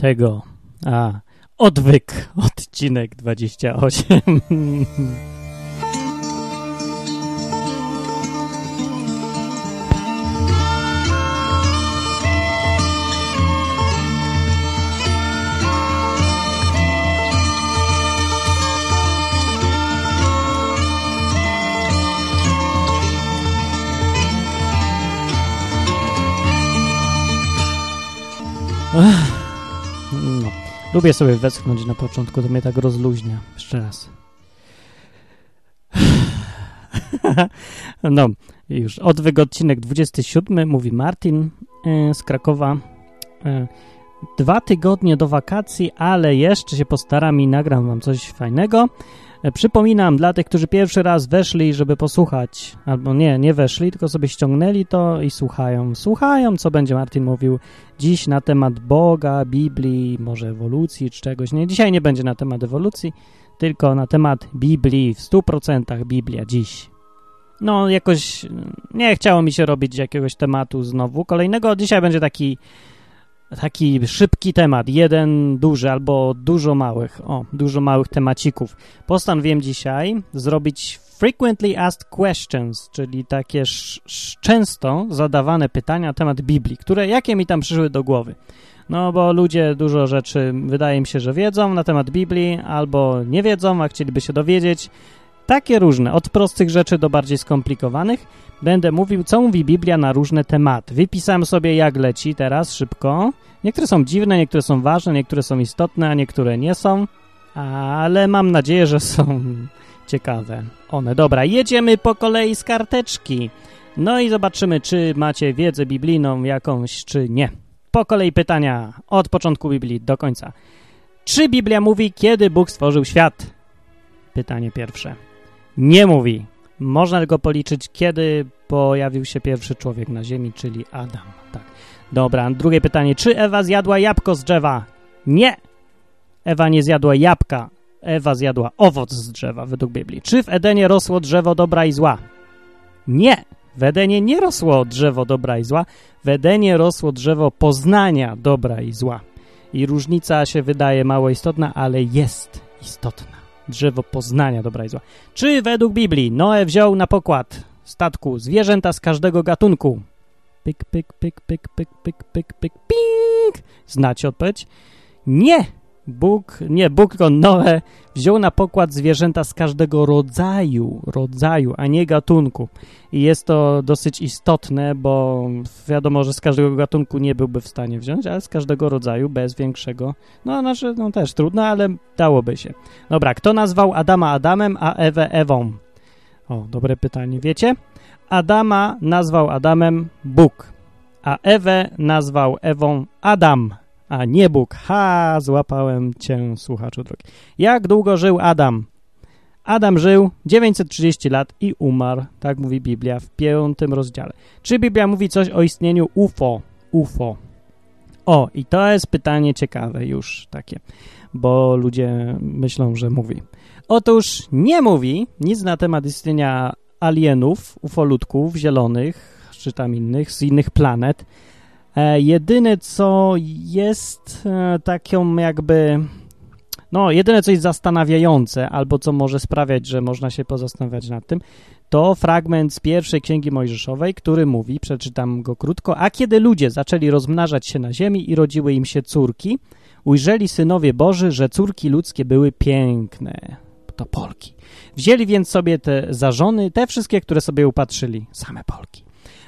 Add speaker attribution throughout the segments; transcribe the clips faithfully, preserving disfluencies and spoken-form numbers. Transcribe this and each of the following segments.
Speaker 1: tego, a, odwyk, odcinek dwadzieścia osiem. No. Lubię sobie westchnąć na początku, to mnie tak rozluźnia. Jeszcze raz. No, już odwyk odcinek dwudziesty siódmy, mówi Martin yy, z Krakowa. Yy, dwa tygodnie do wakacji, ale jeszcze się postaram i nagram wam coś fajnego. Yy, przypominam dla tych, którzy pierwszy raz weszli, żeby posłuchać, albo nie, nie weszli, tylko sobie ściągnęli to i słuchają. Słuchają, co będzie Martin mówił dziś na temat Boga, Biblii, może ewolucji czy czegoś. Nie, dzisiaj nie będzie na temat ewolucji, tylko na temat Biblii, w stu procentach Biblia dziś. No, jakoś nie chciało mi się robić jakiegoś tematu znowu kolejnego. Dzisiaj będzie taki taki szybki temat, jeden duży albo dużo małych, o, dużo małych temacików. Postanowiłem dzisiaj zrobić frequently asked questions, czyli takie sz- sz- często zadawane pytania na temat Biblii, które jakie mi tam przyszły do głowy. No, bo ludzie dużo rzeczy, wydaje mi się, że wiedzą na temat Biblii, albo nie wiedzą, a chcieliby się dowiedzieć. Takie różne, od prostych rzeczy do bardziej skomplikowanych. Będę mówił, co mówi Biblia na różne tematy. Wypisałem sobie, jak leci teraz, szybko. Niektóre są dziwne, niektóre są ważne, niektóre są istotne, a niektóre nie są. Ale mam nadzieję, że są ciekawe one. Dobra, jedziemy po kolei z karteczki. No i zobaczymy, czy macie wiedzę biblijną jakąś, czy nie. Po kolei pytania od początku Biblii do końca. Czy Biblia mówi, kiedy Bóg stworzył świat? Pytanie pierwsze. Nie mówi. Można tylko policzyć, kiedy pojawił się pierwszy człowiek na ziemi, czyli Adam. Tak. Dobra, drugie pytanie. Czy Ewa zjadła jabłko z drzewa? Nie. Ewa nie zjadła jabłka. Ewa zjadła owoc z drzewa, według Biblii. Czy w Edenie rosło drzewo dobra i zła? Nie. W Edenie nie rosło drzewo dobra i zła. W Edenie rosło drzewo poznania dobra i zła. I różnica się wydaje mało istotna, ale jest istotna. Drzewo poznania dobra i zła. Czy według Biblii Noe wziął na pokład statku zwierzęta z każdego gatunku? Pyk, pyk, pyk, pyk, pyk, pyk, pyk, pyk, ping. Znacie odpowiedź? Nie. Bóg, nie, Bóg, tylko Noe wziął na pokład zwierzęta z każdego rodzaju, rodzaju, a nie gatunku. I jest to dosyć istotne, bo wiadomo, że z każdego gatunku nie byłby w stanie wziąć, ale z każdego rodzaju, bez większego, no, znaczy, no też trudno, ale dałoby się. Dobra, kto nazwał Adama Adamem, a Ewę Ewą? O, dobre pytanie. Wiecie? Adama nazwał Adamem Bóg, a Ewę nazwał Ewą Adam, a nie Bóg. Ha, złapałem cię, słuchaczu drogi. Jak długo żył Adam? Adam żył dziewięćset trzydzieści lat i umarł, tak mówi Biblia w piątym rozdziale. Czy Biblia mówi coś o istnieniu U F O? U F O. O, i to jest pytanie ciekawe już takie, bo ludzie myślą, że mówi. Otóż nie mówi nic na temat istnienia alienów, ufolutków zielonych, czy tam innych, z innych planet. E, jedyne, co jest e, taką jakby, no jedyne, co jest zastanawiające, albo co może sprawiać, że można się pozastanawiać nad tym, to fragment z pierwszej Księgi Mojżeszowej, który mówi, przeczytam go krótko, a kiedy ludzie zaczęli rozmnażać się na ziemi i rodziły im się córki, ujrzeli synowie Boży, że córki ludzkie były piękne. To Polki. Wzięli więc sobie te za żony, te wszystkie, które sobie upatrzyli, same Polki.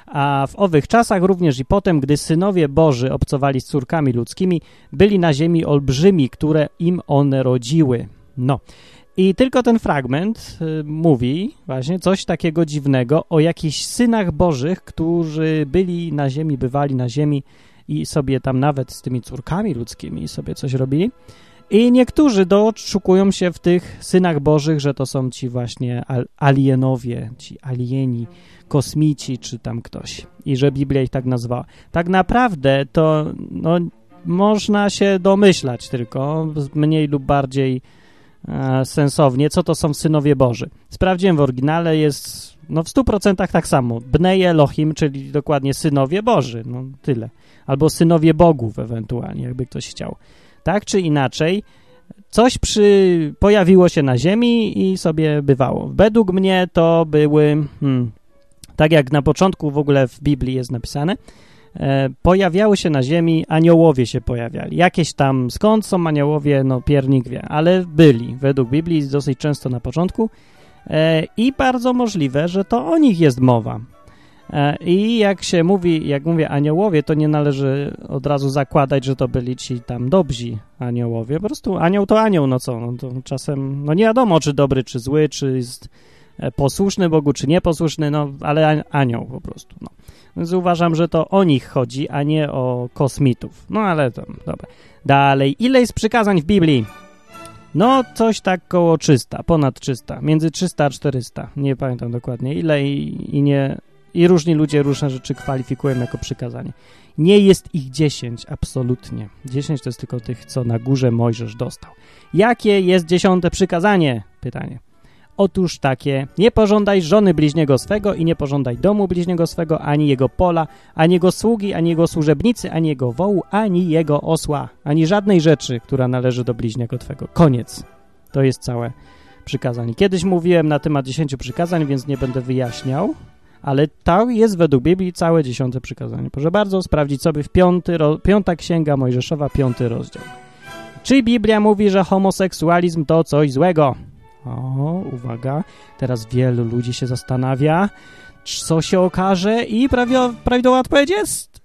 Speaker 1: A w owych czasach również i potem, gdy synowie Boży obcowali z córkami ludzkimi, byli na ziemi olbrzymi, które im one rodziły. No. I tylko ten fragment y, mówi właśnie coś takiego dziwnego o jakichś synach Bożych, którzy byli na ziemi, bywali na ziemi i sobie tam nawet z tymi córkami ludzkimi sobie coś robili. I niektórzy doszukują się w tych synach Bożych, że to są ci właśnie alienowie, ci alieni, kosmici, czy tam ktoś. I że Biblia ich tak nazwała. Tak naprawdę to no, można się domyślać tylko, mniej lub bardziej e, sensownie, co to są synowie Boży. Sprawdziłem w oryginale, jest no w stu procentach tak samo. Bnei Elohim, czyli dokładnie synowie Boży, no tyle. Albo synowie bogów ewentualnie, jakby ktoś chciał. Tak czy inaczej, coś przy... pojawiło się na ziemi i sobie bywało. Według mnie to były, hmm, tak jak na początku w ogóle w Biblii jest napisane, e, pojawiały się na ziemi, aniołowie się pojawiali. Jakieś tam, skąd są aniołowie, no piernik wie, ale byli według Biblii dosyć często na początku e, i bardzo możliwe, że to o nich jest mowa. I jak się mówi, jak mówię aniołowie, to nie należy od razu zakładać, że to byli ci tam dobrzy aniołowie. Po prostu anioł to anioł, no co, no to czasem, no nie wiadomo, czy dobry, czy zły, czy jest posłuszny Bogu, czy nieposłuszny, no ale anioł po prostu, no. Więc uważam, że to o nich chodzi, a nie o kosmitów. No ale to, dobra. Dalej, ile jest przykazań w Biblii? No, coś tak koło trzysta, ponad trzysta, między trzysta a czterysta, nie pamiętam dokładnie ile i, i nie... I różni ludzie różne rzeczy kwalifikują jako przykazanie. Nie jest ich dziesięć, absolutnie. Dziesięć to jest tylko tych, co na górze Mojżesz dostał. Jakie jest dziesiąte przykazanie? Pytanie. Otóż takie, nie pożądaj żony bliźniego swego i nie pożądaj domu bliźniego swego, ani jego pola, ani jego sługi, ani jego służebnicy, ani jego wołu, ani jego osła, ani żadnej rzeczy, która należy do bliźniego twego. Koniec. To jest całe przykazanie. Kiedyś mówiłem na temat dziesięciu przykazań, więc nie będę wyjaśniał. Ale to jest według Biblii całe dziesiąte przykazanie. Proszę bardzo sprawdzić sobie w piąty, piąta księga Mojżeszowa, piąty rozdział. Czy Biblia mówi, że homoseksualizm to coś złego? O, uwaga, teraz wielu ludzi się zastanawia, co się okaże i prawidłowa odpowiedź jest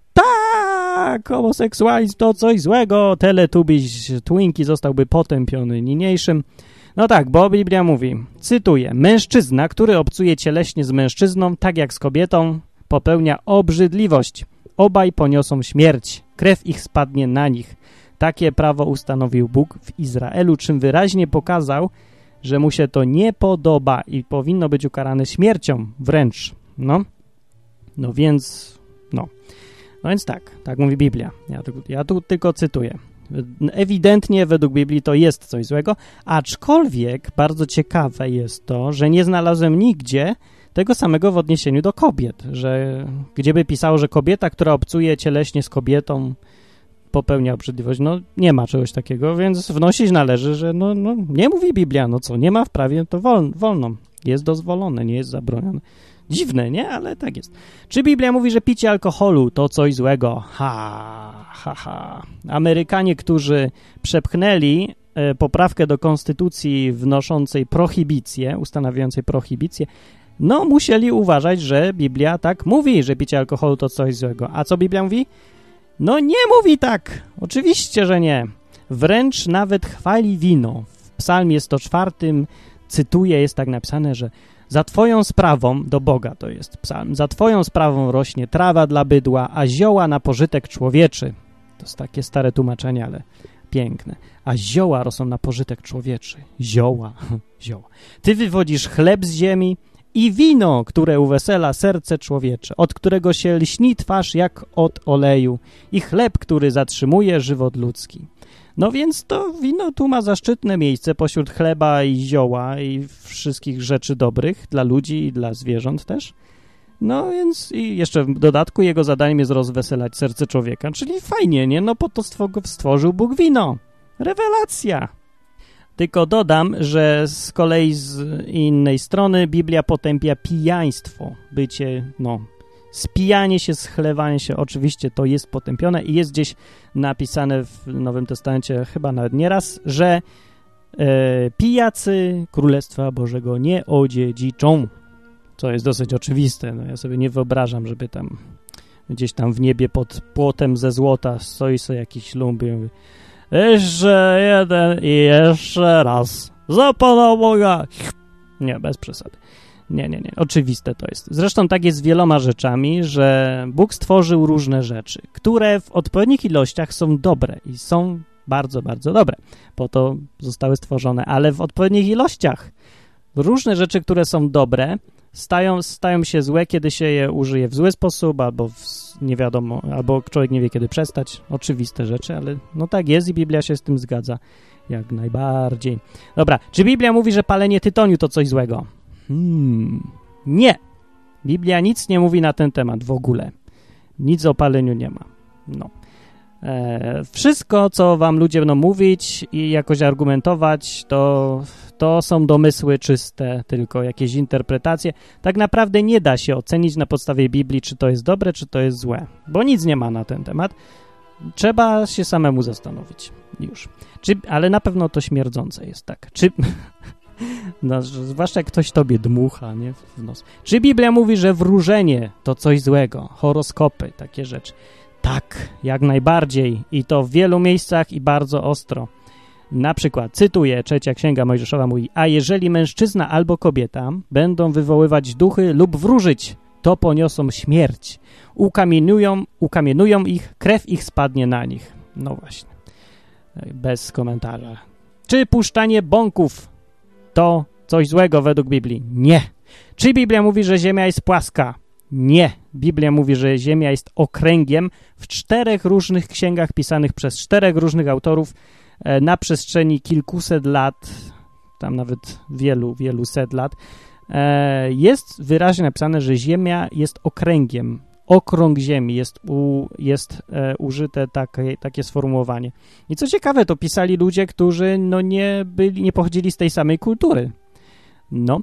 Speaker 1: tak, homoseksualizm to coś złego, Teletubiś Twinkie zostałby potępiony niniejszym. No tak, bo Biblia mówi, cytuję, mężczyzna, który obcuje cieleśnie z mężczyzną, tak jak z kobietą, popełnia obrzydliwość. Obaj poniosą śmierć, krew ich spadnie na nich. Takie prawo ustanowił Bóg w Izraelu, czym wyraźnie pokazał, że mu się to nie podoba i powinno być ukarane śmiercią wręcz. No, no więc, no. No więc tak, tak mówi Biblia. Ja tu, ja tu tylko cytuję. Ewidentnie według Biblii to jest coś złego, aczkolwiek bardzo ciekawe jest to, że nie znalazłem nigdzie tego samego w odniesieniu do kobiet, że gdzieby pisało, że kobieta, która obcuje cieleśnie z kobietą, popełnia obrzydliwość. No nie ma czegoś takiego, więc wnosić należy, że no, no nie mówi Biblia, no co, nie ma w prawie, to wol, wolno, jest dozwolone, nie jest zabronione. Dziwne, nie? Ale tak jest. Czy Biblia mówi, że picie alkoholu to coś złego? Ha, ha, ha. Amerykanie, którzy przepchnęli e, poprawkę do konstytucji wnoszącej prohibicję, ustanawiającej prohibicję, no musieli uważać, że Biblia tak mówi, że picie alkoholu to coś złego. A co Biblia mówi? No nie mówi tak. Oczywiście, że nie. Wręcz nawet chwali wino. W psalmie sto czwartym, cytuję, jest tak napisane, że za twoją sprawą, do Boga to jest psalm, za twoją sprawą rośnie trawa dla bydła, a zioła na pożytek człowieczy. To jest takie stare tłumaczenie, ale piękne. A zioła rosną na pożytek człowieczy. Zioła, zioła. Ty wywodzisz chleb z ziemi i wino, które uwesela serce człowiecze, od którego się lśni twarz jak od oleju i chleb, który zatrzymuje żywot ludzki. No więc to wino tu ma zaszczytne miejsce pośród chleba i zioła i wszystkich rzeczy dobrych dla ludzi i dla zwierząt też. No więc i jeszcze w dodatku jego zadaniem jest rozweselać serce człowieka, czyli fajnie, nie? No po to stworzył Bóg wino. Rewelacja! Tylko dodam, że z kolei z innej strony Biblia potępia pijaństwo, bycie, no, spijanie się, schlewanie się, oczywiście to jest potępione i jest gdzieś napisane w Nowym Testamencie chyba nawet nieraz, że e, pijacy Królestwa Bożego nie odziedziczą, co jest dosyć oczywiste. No, ja sobie nie wyobrażam, żeby tam gdzieś tam w niebie pod płotem ze złota stoi sobie jakiś lump i mówi, jeszcze jeden i jeszcze raz za Pana Boga. Nie, bez przesady. Nie, nie, nie. Oczywiste to jest. Zresztą tak jest z wieloma rzeczami, że Bóg stworzył różne rzeczy, które w odpowiednich ilościach są dobre i są bardzo, bardzo dobre. Po to zostały stworzone, ale w odpowiednich ilościach. Różne rzeczy, które są dobre, stają, stają się złe, kiedy się je użyje w zły sposób, albo w, nie wiadomo, albo człowiek nie wie, kiedy przestać. Oczywiste rzeczy, ale no tak jest i Biblia się z tym zgadza jak najbardziej. Dobra, czy Biblia mówi, że palenie tytoniu to coś złego? Hmm, nie. Biblia nic nie mówi na ten temat w ogóle. Nic o paleniu nie ma. No. E, wszystko, co wam ludzie będą mówić i jakoś argumentować, to, to są domysły czyste, tylko jakieś interpretacje. Tak naprawdę nie da się ocenić na podstawie Biblii, czy to jest dobre, czy to jest złe, bo nic nie ma na ten temat. Trzeba się samemu zastanowić. Już. Czy, ale na pewno to śmierdzące jest, tak. Czy... No, zwłaszcza jak ktoś tobie dmucha, nie, w nos. Czy Biblia mówi, że wróżenie to coś złego? Horoskopy, takie rzeczy. Tak, jak najbardziej i to w wielu miejscach i bardzo ostro. Na przykład, cytuję, trzecia księga Mojżeszowa mówi: a jeżeli mężczyzna albo kobieta będą wywoływać duchy lub wróżyć, to poniosą śmierć. Ukamienują, ukamienują ich, krew ich spadnie na nich. No właśnie, bez komentarza. Czy puszczanie bąków to coś złego według Biblii? Nie. Czy Biblia mówi, że ziemia jest płaska? Nie. Biblia mówi, że ziemia jest okręgiem w czterech różnych księgach pisanych przez czterech różnych autorów e, na przestrzeni kilkuset lat, tam nawet wielu, wielu set lat. E, jest wyraźnie napisane, że ziemia jest okręgiem. Okrąg ziemi jest, u, jest e, użyte takie, takie sformułowanie. I co ciekawe, to pisali ludzie, którzy no nie byli, nie pochodzili z tej samej kultury. No.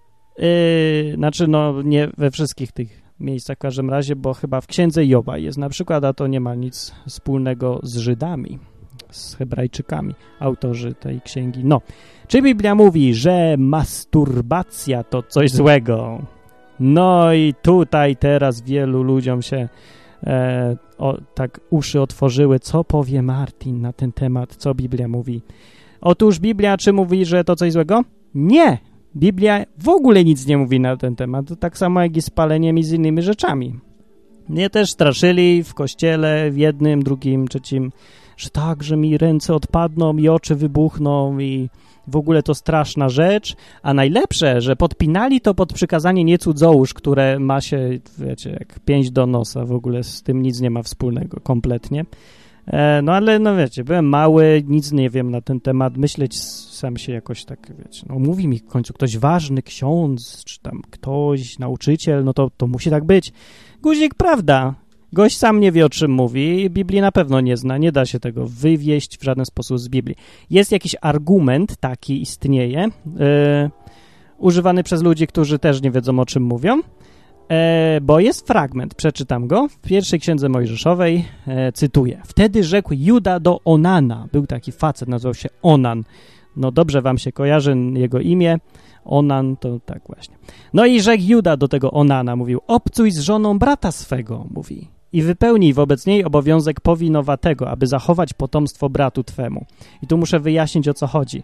Speaker 1: Yy, znaczy, no nie we wszystkich tych miejscach w każdym razie, bo chyba w księdze Joba jest na przykład, a to nie ma nic wspólnego z Żydami, z Hebrajczykami, autorzy tej księgi. No. Czy Biblia mówi, że masturbacja to coś złego? No i tutaj teraz wielu ludziom się e, o, tak uszy otworzyły. Co powie Martin na ten temat? Co Biblia mówi? Otóż Biblia czy mówi, że to coś złego? Nie! Biblia w ogóle nic nie mówi na ten temat. To tak samo jak i z paleniem i z innymi rzeczami. Mnie też straszyli w kościele, w jednym, drugim, trzecim, że tak, że mi ręce odpadną i oczy wybuchną i w ogóle to straszna rzecz, a najlepsze, że podpinali to pod przykazanie nie cudzołóż, które ma się, wiecie, jak pięść do nosa, w ogóle z tym nic nie ma wspólnego kompletnie. E, no ale, no wiecie, byłem mały, nic nie wiem na ten temat, myśleć sam się jakoś tak, wiecie, no mówi mi w końcu ktoś ważny, ksiądz, czy tam ktoś, nauczyciel, no to, to musi tak być. Guzik, prawda, gość sam nie wie, o czym mówi, Biblii na pewno nie zna, nie da się tego wywieść w żaden sposób z Biblii. Jest jakiś argument, taki istnieje, yy, używany przez ludzi, którzy też nie wiedzą, o czym mówią, e, bo jest fragment, przeczytam go, w pierwszej księdze Mojżeszowej, e, cytuję. Wtedy rzekł Juda do Onana, był taki facet, nazywał się Onan, no dobrze wam się kojarzy jego imię, Onan to tak właśnie. No i rzekł Juda do tego Onana, mówił, obcuj z żoną brata swego, mówi, i wypełnij wobec niej obowiązek powinowatego, aby zachować potomstwo bratu twemu. I tu muszę wyjaśnić, o co chodzi.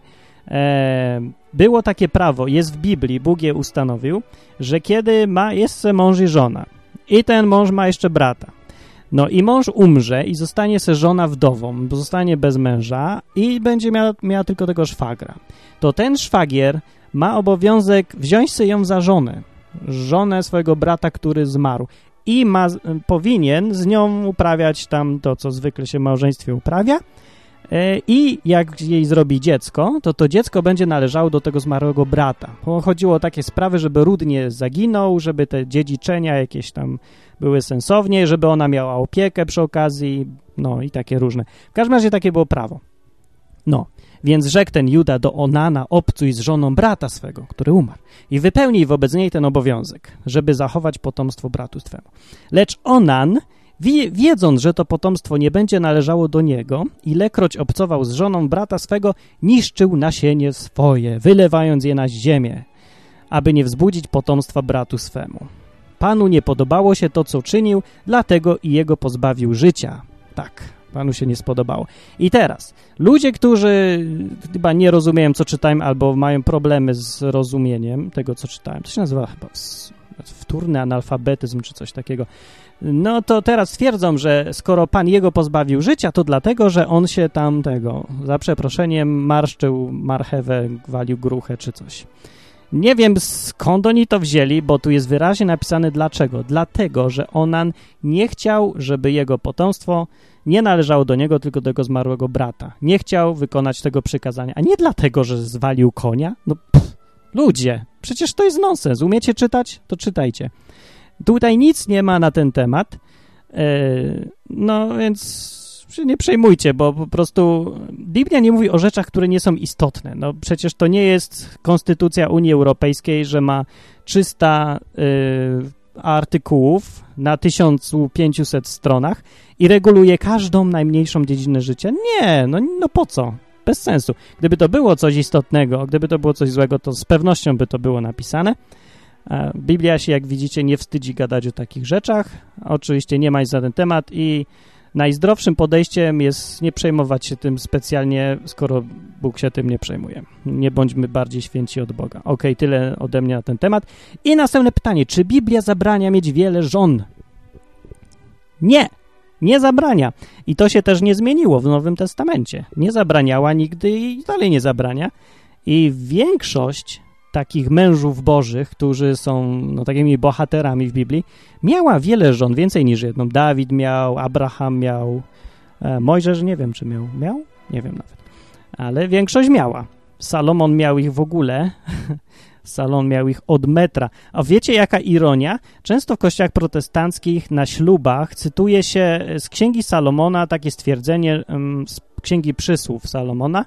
Speaker 1: E, było takie prawo, jest w Biblii, Bóg je ustanowił, że kiedy ma, jest mąż i żona i ten mąż ma jeszcze brata, no i mąż umrze i zostanie se żona wdową, bo zostanie bez męża i będzie miała, miała tylko tego szwagra, to ten szwagier ma obowiązek wziąć sobie ją za żonę, żonę swojego brata, który zmarł i ma, powinien z nią uprawiać tam to, co zwykle się w małżeństwie uprawia i jak jej zrobi dziecko, to to dziecko będzie należało do tego zmarłego brata. Bo chodziło o takie sprawy, żeby ród nie zaginął, żeby te dziedziczenia jakieś tam były sensownie, żeby ona miała opiekę przy okazji, no i takie różne. W każdym razie takie było prawo. No, więc rzekł ten Juda do Onana, obcuj z żoną brata swego, który umarł i wypełnij wobec niej ten obowiązek, żeby zachować potomstwo bratu twemu. Lecz Onan, wiedząc, że to potomstwo nie będzie należało do niego, ilekroć obcował z żoną brata swego, niszczył nasienie swoje, wylewając je na ziemię, aby nie wzbudzić potomstwa bratu swemu. Panu nie podobało się to, co czynił, dlatego i jego pozbawił życia. Tak, Panu się nie spodobało. I teraz, ludzie, którzy chyba nie rozumieją, co czytałem, albo mają problemy z rozumieniem tego, co czytałem, to się nazywa chyba wtórny analfabetyzm, czy coś takiego, no to teraz twierdzą, że skoro Pan jego pozbawił życia, to dlatego, że on się tam tego, za przeproszeniem, marszczył marchewę, walił gruchę, czy coś. Nie wiem, skąd oni to wzięli, bo tu jest wyraźnie napisane dlaczego. Dlatego, że Onan nie chciał, żeby jego potomstwo nie należało do niego, tylko do jego zmarłego brata. Nie chciał wykonać tego przykazania, a nie dlatego, że zwalił konia. No pff, ludzie, przecież to jest nonsens. Umiecie czytać? To czytajcie. Tutaj nic nie ma na ten temat, yy, no więc się nie przejmujcie, bo po prostu Biblia nie mówi o rzeczach, które nie są istotne. No przecież to nie jest konstytucja Unii Europejskiej, że ma trzysta yy, artykułów na tysiąc pięćset stronach i reguluje każdą najmniejszą dziedzinę życia. Nie, no, no po co? Bez sensu. Gdyby to było coś istotnego, gdyby to było coś złego, to z pewnością by to było napisane. Biblia się, jak widzicie, nie wstydzi gadać o takich rzeczach. Oczywiście nie ma nic na ten temat i najzdrowszym podejściem jest nie przejmować się tym specjalnie, skoro Bóg się tym nie przejmuje. Nie bądźmy bardziej święci od Boga. Okej, okay, tyle ode mnie na ten temat. I następne pytanie. Czy Biblia zabrania mieć wiele żon? Nie, nie zabrania. I to się też nie zmieniło w Nowym Testamencie. Nie zabraniała nigdy i dalej nie zabrania. I większość takich mężów bożych, którzy są no, takimi bohaterami w Biblii, miała wiele żon, więcej niż jedną. Dawid miał, Abraham miał, e, Mojżesz nie wiem, czy miał. Miał? Nie wiem nawet. Ale większość miała. Salomon miał ich w ogóle. Salomon miał ich od metra. A wiecie, jaka ironia? Często w kościołach protestanckich na ślubach cytuje się z Księgi Salomona takie stwierdzenie z Księgi Przysłów Salomona.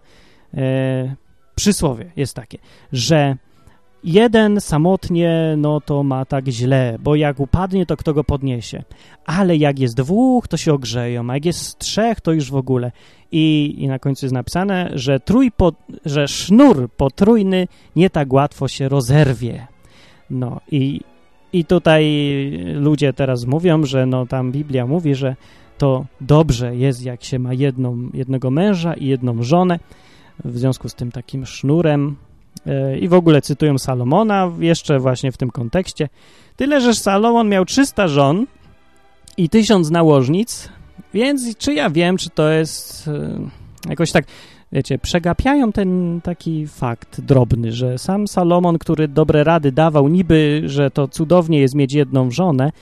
Speaker 1: E, przysłowie jest takie, że jeden samotnie, no to ma tak źle, bo jak upadnie, to kto go podniesie. Ale jak jest dwóch, to się ogrzeją, a jak jest trzech, to już w ogóle. I, i na końcu jest napisane, że, trójpo, że sznur potrójny nie tak łatwo się rozerwie. No i, i tutaj ludzie teraz mówią, że no tam Biblia mówi, że to dobrze jest, jak się ma jedną, jednego męża i jedną żonę, w związku z tym takim sznurem. I w ogóle cytują Salomona jeszcze właśnie w tym kontekście. Tyle, że Salomon miał trzysta żon i tysiąc nałożnic, więc czy ja wiem, czy to jest jakoś tak, wiecie, przegapiają ten taki fakt drobny, że sam Salomon, który dobre rady dawał, niby, że to cudownie jest mieć jedną żonę,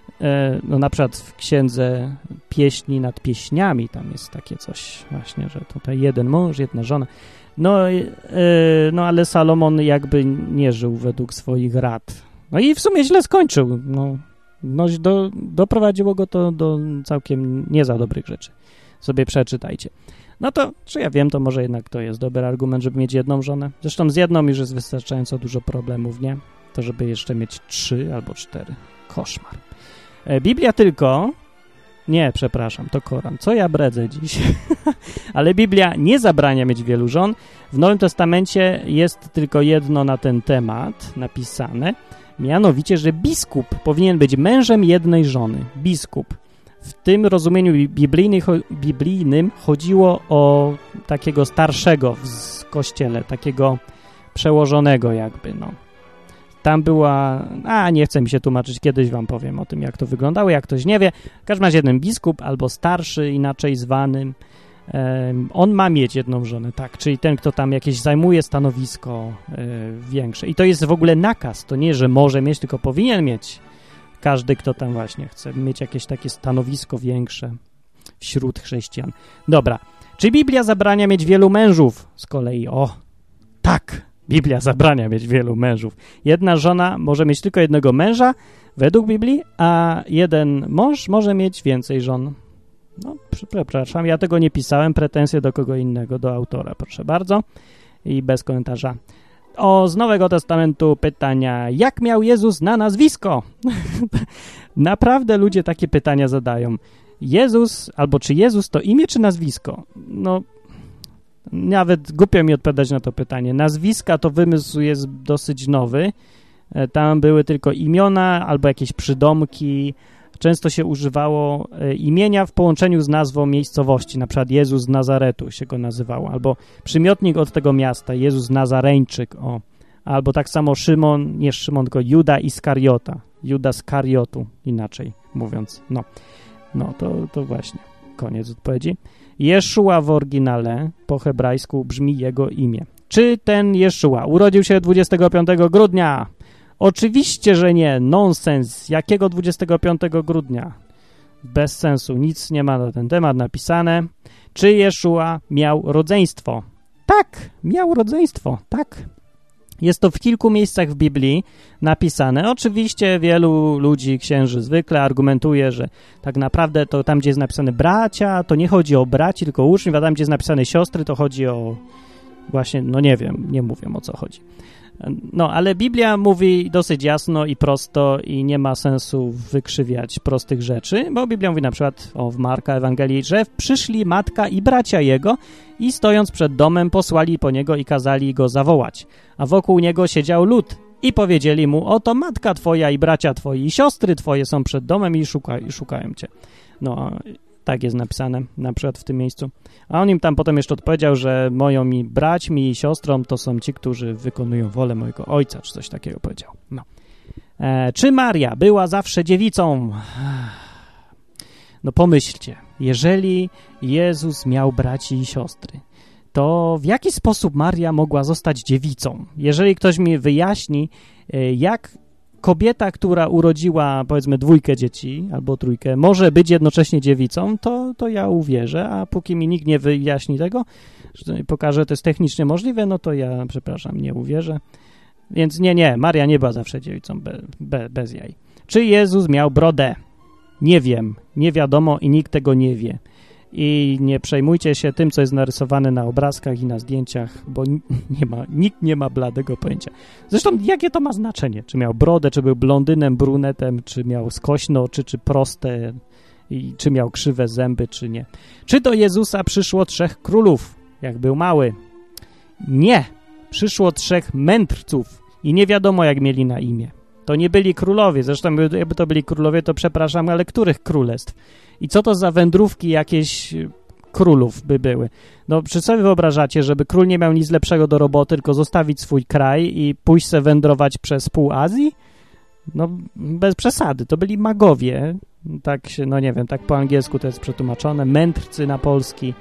Speaker 1: no na przykład w księdze Pieśni nad pieśniami tam jest takie coś właśnie, że tutaj jeden mąż, jedna żona. No, yy, no ale Salomon jakby nie żył według swoich rad. No i w sumie źle skończył. No, no do, doprowadziło go to do całkiem nie za dobrych rzeczy. Sobie przeczytajcie. No to, czy ja wiem, to może jednak to jest dobry argument, żeby mieć jedną żonę. Zresztą z jedną już jest wystarczająco dużo problemów, nie? To żeby jeszcze mieć trzy albo cztery. Koszmar. Biblia tylko... Nie, przepraszam, to Koran. Co ja bredzę dziś? Ale Biblia nie zabrania mieć wielu żon. W Nowym Testamencie jest tylko jedno na ten temat napisane, mianowicie, że biskup powinien być mężem jednej żony. Biskup. W tym rozumieniu biblijnym chodziło o takiego starszego w kościele, takiego przełożonego jakby, no. Tam była, a nie chcę mi się tłumaczyć, kiedyś wam powiem o tym, jak to wyglądało, jak ktoś nie wie. W każdym razie jeden biskup albo starszy, inaczej zwany, um, on ma mieć jedną żonę, tak, czyli ten, kto tam jakieś zajmuje stanowisko um, większe. I to jest w ogóle nakaz, to nie, że może mieć, tylko powinien mieć każdy, kto tam właśnie chce mieć jakieś takie stanowisko większe wśród chrześcijan. Dobra, czy Biblia zabrania mieć wielu mężów? Z kolei, o, tak. Biblia zabrania mieć wielu mężów. Jedna żona może mieć tylko jednego męża, według Biblii, a jeden mąż może mieć więcej żon. No, przepraszam, ja tego nie pisałem, pretensje do kogo innego, do autora, proszę bardzo. I bez komentarza. O, z Nowego Testamentu pytania, jak miał Jezus na nazwisko? Naprawdę ludzie takie pytania zadają. Jezus, albo czy Jezus to imię, czy nazwisko? No, nawet głupio mi odpowiadać na to pytanie. Nazwiska to wymysł jest dosyć nowy. Tam były tylko imiona albo jakieś przydomki. Często się używało imienia w połączeniu z nazwą miejscowości. Na przykład Jezus z Nazaretu się go nazywało. Albo przymiotnik od tego miasta. Jezus Nazareńczyk. O. Albo tak samo Szymon, nie Szymon, tylko Juda Iskariota. Juda z Kariotu, inaczej mówiąc. No, no to, to właśnie. Koniec odpowiedzi. Jeszua w oryginale po hebrajsku brzmi jego imię. Czy ten Jeszua urodził się dwudziestego piątego grudnia? Oczywiście, że nie. Nonsens. Jakiego dwudziestego piątego grudnia? Bez sensu. Nic nie ma na ten temat napisane. Czy Jeszua miał rodzeństwo? Tak, miał rodzeństwo. Tak. Jest to w kilku miejscach w Biblii napisane. Oczywiście wielu ludzi, księży zwykle argumentuje, że tak naprawdę to tam, gdzie jest napisane bracia, to nie chodzi o braci, tylko uczniów, a tam, gdzie jest napisane siostry, to chodzi o właśnie, no nie wiem, nie mówię o co chodzi. No, ale Biblia mówi dosyć jasno i prosto i nie ma sensu wykrzywiać prostych rzeczy, bo Biblia mówi na przykład o w Marka Ewangelii, że przyszli matka i bracia jego i stojąc przed domem posłali po niego i kazali go zawołać, a wokół niego siedział lud i powiedzieli mu, oto matka twoja i bracia twoi i siostry twoje są przed domem i, szuka, i szukają cię. No, tak jest napisane na przykład w tym miejscu. A on im tam potem jeszcze odpowiedział, że moją mi braćmi i siostrą to są ci, którzy wykonują wolę mojego ojca, czy coś takiego powiedział. No. E, czy Maria była zawsze dziewicą? No pomyślcie, jeżeli Jezus miał braci i siostry, to w jaki sposób Maria mogła zostać dziewicą? Jeżeli ktoś mi wyjaśni, jak kobieta, która urodziła, powiedzmy, dwójkę dzieci albo trójkę, może być jednocześnie dziewicą, to, to ja uwierzę, a póki mi nikt nie wyjaśni tego, że pokaże, że to jest technicznie możliwe, no to ja, przepraszam, nie uwierzę. Więc nie, nie, Maria nie była zawsze dziewicą, be, be, bez jaj. Czy Jezus miał brodę? Nie wiem, nie wiadomo i nikt tego nie wie. I nie przejmujcie się tym, co jest narysowane na obrazkach i na zdjęciach, bo nie ma, nikt nie ma bladego pojęcia. Zresztą jakie to ma znaczenie? Czy miał brodę, czy był blondynem, brunetem, czy miał skośne oczy, czy proste, i czy miał krzywe zęby, czy nie. Czy do Jezusa przyszło trzech królów, jak był mały? Nie. Przyszło trzech mędrców i nie wiadomo, jak mieli na imię. To nie byli królowie. Zresztą jakby to byli królowie, to przepraszam, ale których królestw? I co to za wędrówki jakieś królów by były? No, czy sobie wyobrażacie, żeby król nie miał nic lepszego do roboty, tylko zostawić swój kraj i pójść se wędrować przez pół Azji? No, bez przesady. To byli magowie. Tak się, no nie wiem, tak po angielsku to jest przetłumaczone. Mędrcy na polski.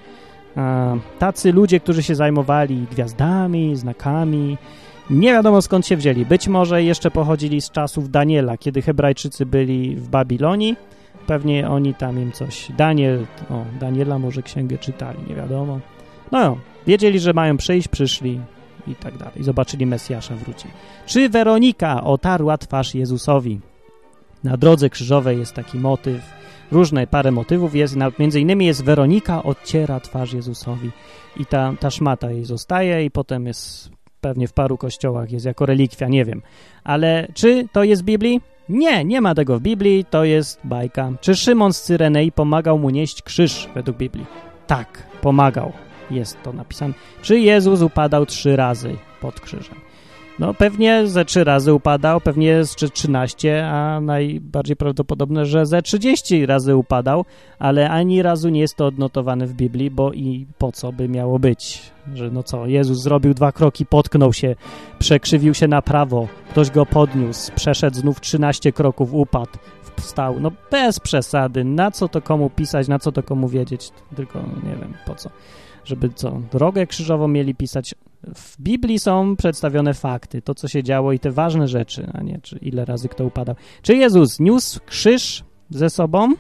Speaker 1: A, tacy ludzie, którzy się zajmowali gwiazdami, znakami. Nie wiadomo skąd się wzięli. Być może jeszcze pochodzili z czasów Daniela, kiedy Hebrajczycy byli w Babilonii. Pewnie oni tam im coś... Daniel, o, Daniela może księgę czytali, nie wiadomo. No, wiedzieli, że mają przyjść, przyszli i tak dalej. Zobaczyli Mesjasza, wrócili. Czy Weronika otarła twarz Jezusowi? Na drodze krzyżowej jest taki motyw, różne parę motywów jest, między innymi jest Weronika odciera twarz Jezusowi i ta, ta szmata jej zostaje i potem jest pewnie w paru kościołach jest jako relikwia, nie wiem. Ale czy to jest w Biblii? Nie, nie ma tego w Biblii, to jest bajka. Czy Szymon z Cyrenei pomagał mu nieść krzyż według Biblii? Tak, pomagał. Jest to napisane. Czy Jezus upadał trzy razy pod krzyżem? No pewnie ze trzy razy upadał, pewnie z trzynaście, a najbardziej prawdopodobne, że ze trzydzieści razy upadał, ale ani razu nie jest to odnotowane w Biblii, bo i po co by miało być? Że no co, Jezus zrobił dwa kroki, potknął się, przekrzywił się na prawo, ktoś go podniósł, przeszedł znów trzynaście kroków, upadł, wstał. No bez przesady, na co to komu pisać, na co to komu wiedzieć, tylko nie wiem po co. Żeby co, drogę krzyżową mieli pisać. W Biblii są przedstawione fakty, to co się działo i te ważne rzeczy, a nie czy ile razy kto upadał. Czy Jezus niósł krzyż ze sobą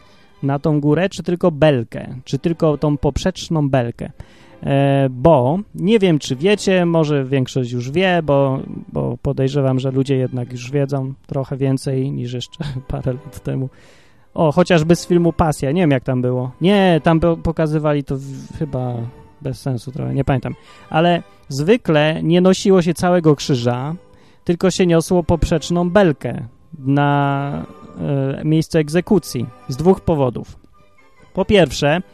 Speaker 1: na tą górę, czy tylko belkę, czy tylko tą poprzeczną belkę? E, bo nie wiem, czy wiecie, może większość już wie, bo, bo podejrzewam, że ludzie jednak już wiedzą trochę więcej niż jeszcze parę lat temu. O, chociażby z filmu Pasja, nie wiem jak tam było. Nie, tam pokazywali to w, chyba bez sensu trochę, nie pamiętam. Ale zwykle nie nosiło się całego krzyża, tylko się niosło poprzeczną belkę na e, miejsce egzekucji z dwóch powodów. Po pierwsze,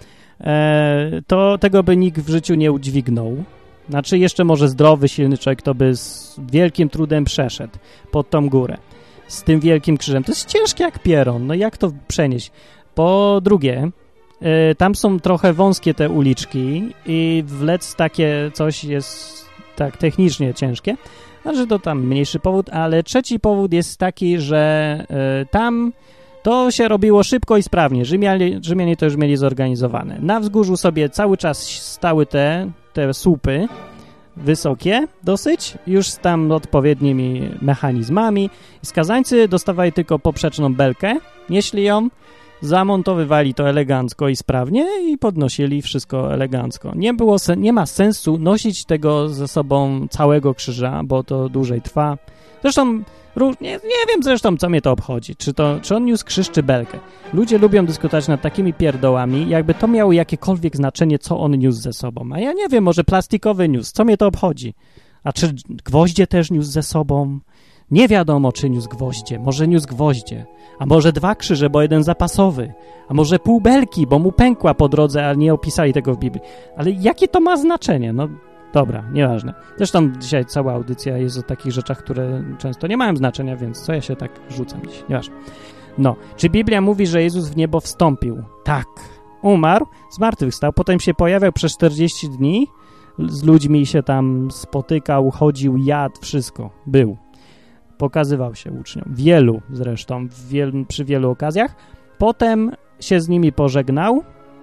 Speaker 1: e, to tego by nikt w życiu nie udźwignął. Znaczy jeszcze może zdrowy, silny człowiek, to by z wielkim trudem przeszedł pod tą górę. Z tym wielkim krzyżem. To jest ciężkie jak pieron. No jak to przenieść? Po drugie, y, tam są trochę wąskie te uliczki i wlec takie coś jest tak technicznie ciężkie. Znaczy to tam mniejszy powód, ale trzeci powód jest taki, że y, tam to się robiło szybko i sprawnie. Rzymianie, Rzymianie to już mieli zorganizowane. Na wzgórzu sobie cały czas stały te, te słupy wysokie dosyć, już z tam odpowiednimi mechanizmami. I skazańcy dostawali tylko poprzeczną belkę, nieśli ją, zamontowywali to elegancko i sprawnie i podnosili wszystko elegancko. Nie, było sen- nie ma sensu nosić tego ze sobą całego krzyża, bo to dłużej trwa. Zresztą nie, nie wiem zresztą, co mnie to obchodzi. Czy, to, czy on niósł krzyż, czy belkę. Ludzie lubią dyskutować nad takimi pierdołami, jakby to miało jakiekolwiek znaczenie, co on niósł ze sobą. A ja nie wiem, może plastikowy niósł. Co mnie to obchodzi? A czy gwoździe też niósł ze sobą? Nie wiadomo, czy niósł gwoździe. Może niósł gwoździe. A może dwa krzyże, bo jeden zapasowy. A może pół belki, bo mu pękła po drodze, ale nie opisali tego w Biblii. Ale jakie to ma znaczenie? No dobra, nieważne. Zresztą dzisiaj cała audycja jest o takich rzeczach, które często nie mają znaczenia, więc co ja się tak rzucam dziś? Nieważne. No, czy Biblia mówi, że Jezus w niebo wstąpił? Tak. Umarł, zmartwychwstał, potem się pojawiał przez czterdzieści dni, z ludźmi się tam spotykał, chodził, jadł, wszystko. Był. Pokazywał się uczniom. Wielu zresztą, w wielu, przy wielu okazjach. Potem się z nimi pożegnał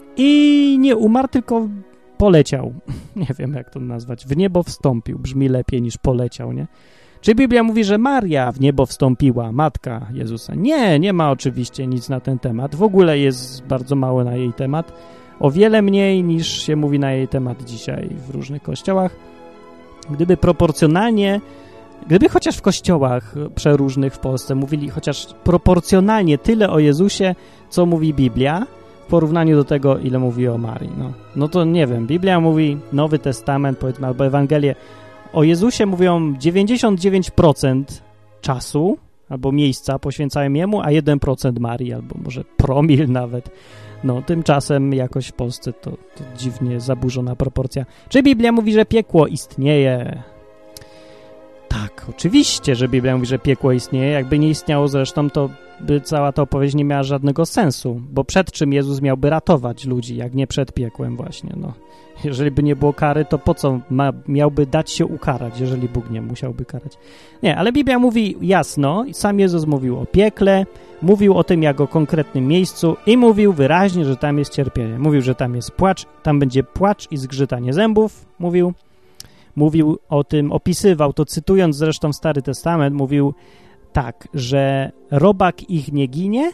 Speaker 1: i nie umarł, tylko poleciał. Nie wiem, jak to nazwać. W niebo wstąpił. Brzmi lepiej niż poleciał, nie? Czy Biblia mówi, że Maria w niebo wstąpiła, matka Jezusa? Nie, nie ma oczywiście nic na ten temat. W ogóle jest bardzo mało na jej temat. O wiele mniej niż się mówi na jej temat dzisiaj w różnych kościołach. Gdyby proporcjonalnie, gdyby chociaż w kościołach przeróżnych w Polsce mówili chociaż proporcjonalnie tyle o Jezusie, co mówi Biblia, w porównaniu do tego, ile mówi o Marii. No, no to nie wiem, Biblia mówi, Nowy Testament, powiedzmy, albo Ewangelie, o Jezusie mówią dziewięćdziesiąt dziewięć procent czasu albo miejsca poświęcają Jemu, a jeden procent Marii, albo może promil nawet. No, tymczasem jakoś w Polsce to, to dziwnie zaburzona proporcja. Czy Biblia mówi, że piekło istnieje? Tak, oczywiście, że Biblia mówi, że piekło istnieje. Jakby nie istniało zresztą, to by cała ta opowieść nie miała żadnego sensu, bo przed czym Jezus miałby ratować ludzi, jak nie przed piekłem właśnie, no. Jeżeli by nie było kary, to po co ma, miałby dać się ukarać, jeżeli Bóg nie musiałby karać? Nie, ale Biblia mówi jasno, sam Jezus mówił o piekle, mówił o tym jak o konkretnym miejscu i mówił wyraźnie, że tam jest cierpienie. Mówił, że tam jest płacz, tam będzie płacz i zgrzytanie zębów, mówił. Mówił o tym, opisywał to, cytując zresztą Stary Testament, mówił tak, że robak ich nie ginie,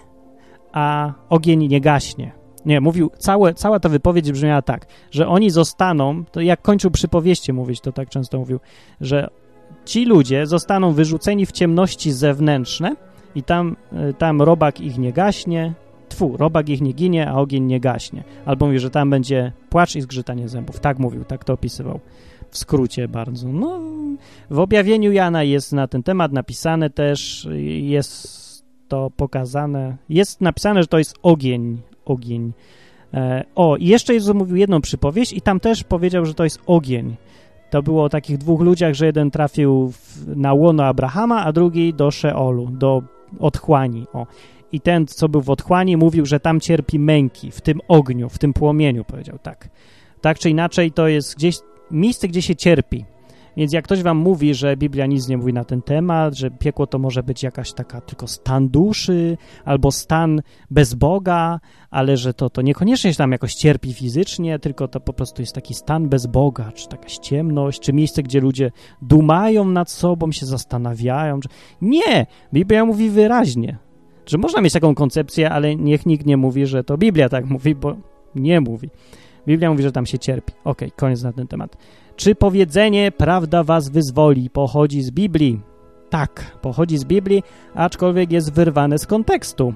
Speaker 1: a ogień nie gaśnie. Nie, mówił, całe, cała ta wypowiedź brzmiała tak, że oni zostaną, to jak kończył przypowieści mówić, to tak często mówił, że ci ludzie zostaną wyrzuceni w ciemności zewnętrzne i tam, tam robak ich nie gaśnie, tfu, robak ich nie ginie, a ogień nie gaśnie. Albo mówił, że tam będzie płacz i zgrzytanie zębów. Tak mówił, tak to opisywał. W skrócie bardzo. No, w objawieniu Jana jest na ten temat napisane też, jest to pokazane, jest napisane, że to jest ogień, ogień. E, o, i jeszcze Jezus mówił jedną przypowieść i tam też powiedział, że to jest ogień. To było o takich dwóch ludziach, że jeden trafił w, na łono Abrahama, a drugi do Szeolu, do otchłani. O. I ten, co był w otchłani, mówił, że tam cierpi męki, w tym ogniu, w tym płomieniu, powiedział tak. Tak czy inaczej, to jest gdzieś miejsce, gdzie się cierpi. Więc jak ktoś wam mówi, że Biblia nic nie mówi na ten temat, że piekło to może być jakaś taka tylko stan duszy albo stan bez Boga, ale że to, to niekoniecznie się tam jakoś cierpi fizycznie, tylko to po prostu jest taki stan bez Boga, czy jakaś ciemność, czy miejsce, gdzie ludzie dumają nad sobą, się zastanawiają. Czy... Nie! Biblia mówi wyraźnie, że można mieć taką koncepcję, ale niech nikt nie mówi, że to Biblia tak mówi, bo nie mówi. Biblia mówi, że tam się cierpi. Okej, okay, koniec na ten temat. Czy powiedzenie prawda was wyzwoli pochodzi z Biblii? Tak, pochodzi z Biblii, aczkolwiek jest wyrwane z kontekstu.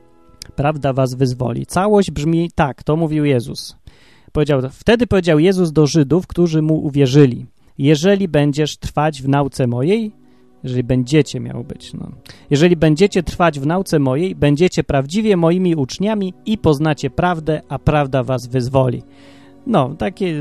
Speaker 1: Prawda was wyzwoli. Całość brzmi tak, to mówił Jezus. Powiedział, wtedy powiedział Jezus do Żydów, którzy mu uwierzyli. Jeżeli będziesz trwać w nauce mojej, jeżeli będziecie miało być, no. Jeżeli będziecie trwać w nauce mojej, będziecie prawdziwie moimi uczniami i poznacie prawdę, a prawda was wyzwoli. No, takie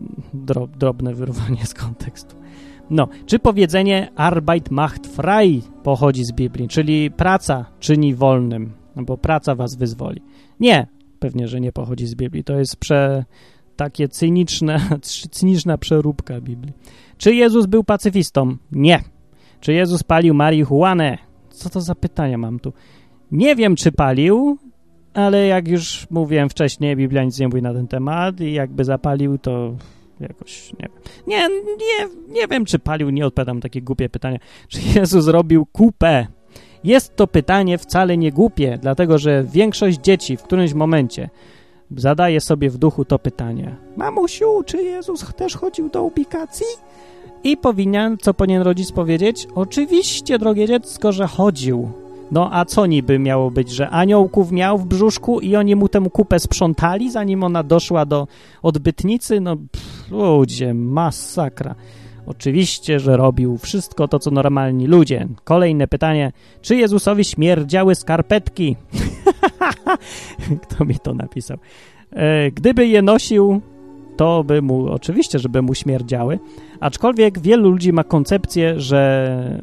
Speaker 1: drob, drobne wyrwanie z kontekstu. No, czy powiedzenie Arbeit macht frei pochodzi z Biblii, czyli praca czyni wolnym, no bo praca was wyzwoli. Nie, pewnie, że nie pochodzi z Biblii. To jest prze, takie cyniczne, cyniczna przeróbka Biblii. Czy Jezus był pacyfistą? Nie. Czy Jezus palił marihuanę? Co to za pytania mam tu? Nie wiem, czy palił, ale jak już mówiłem wcześniej, Biblia nic nie mówi na ten temat i jakby zapalił, to jakoś, nie wiem. Nie, nie, nie wiem, czy palił, nie odpowiadam takie głupie pytania. Czy Jezus robił kupę? Jest to pytanie wcale nie głupie, dlatego że większość dzieci w którymś momencie zadaje sobie w duchu to pytanie. Mamusiu, czy Jezus też chodził do ubikacji? I powinien, co powinien rodzic powiedzieć? Oczywiście, drogie dziecko, że chodził. No a co niby miało być, że aniołków miał w brzuszku i oni mu tę kupę sprzątali, zanim ona doszła do odbytnicy? No pff, ludzie, masakra. Oczywiście, że robił wszystko to, co normalni ludzie. Kolejne pytanie. Czy Jezusowi śmierdziały skarpetki? Kto mi to napisał? E, gdyby je nosił, to by mu, oczywiście, żeby mu śmierdziały. Aczkolwiek wielu ludzi ma koncepcję, że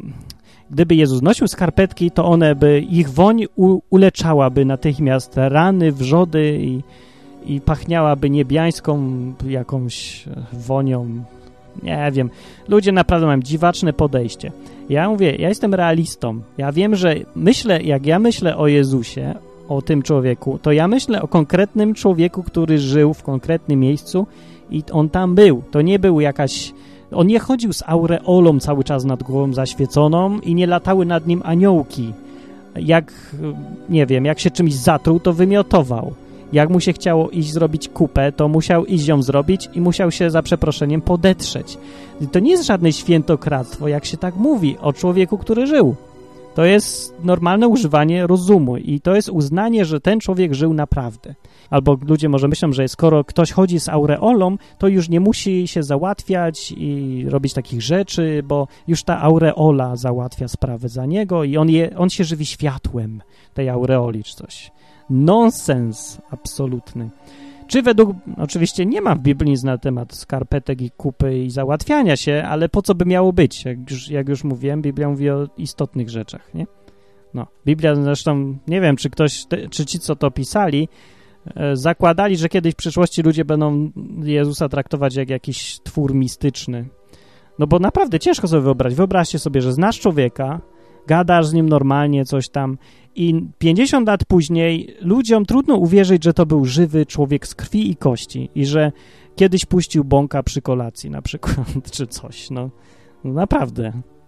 Speaker 1: gdyby Jezus nosił skarpetki, to one by, ich woń u, uleczałaby natychmiast rany, wrzody i, i pachniałaby niebiańską jakąś wonią. Nie wiem. Ludzie naprawdę mają dziwaczne podejście. Ja mówię, ja jestem realistą. Ja wiem, że myślę, jak ja myślę o Jezusie, o tym człowieku, to ja myślę o konkretnym człowieku, który żył w konkretnym miejscu i on tam był. To nie był jakaś... On nie chodził z aureolą cały czas nad głową zaświeconą i nie latały nad nim aniołki. Jak, nie wiem, jak się czymś zatruł, to wymiotował. Jak mu się chciało iść zrobić kupę, to musiał iść ją zrobić i musiał się za przeproszeniem podetrzeć. To nie jest żadne świętokradztwo, jak się tak mówi o człowieku, który żył. To jest normalne używanie rozumu i to jest uznanie, że ten człowiek żył naprawdę. Albo ludzie może myślą, że skoro ktoś chodzi z aureolą, to już nie musi się załatwiać i robić takich rzeczy, bo już ta aureola załatwia sprawę za niego i on, je, on się żywi światłem tej aureoli czy coś. Nonsens absolutny. Czy według... Oczywiście nie ma w Biblii nic na temat skarpetek i kupy i załatwiania się, ale po co by miało być? Jak już, jak już mówiłem, Biblia mówi o istotnych rzeczach, nie? No, Biblia zresztą, nie wiem, czy ktoś, czy ci, co to pisali, e, zakładali, że kiedyś w przyszłości ludzie będą Jezusa traktować jak jakiś twór mistyczny. No bo naprawdę ciężko sobie wyobrazić. Wyobraźcie sobie, że znasz człowieka, gadasz z nim normalnie, coś tam i pięćdziesiąt lat później ludziom trudno uwierzyć, że to był żywy człowiek z krwi i kości i że kiedyś puścił bąka przy kolacji na przykład, czy coś, no, no naprawdę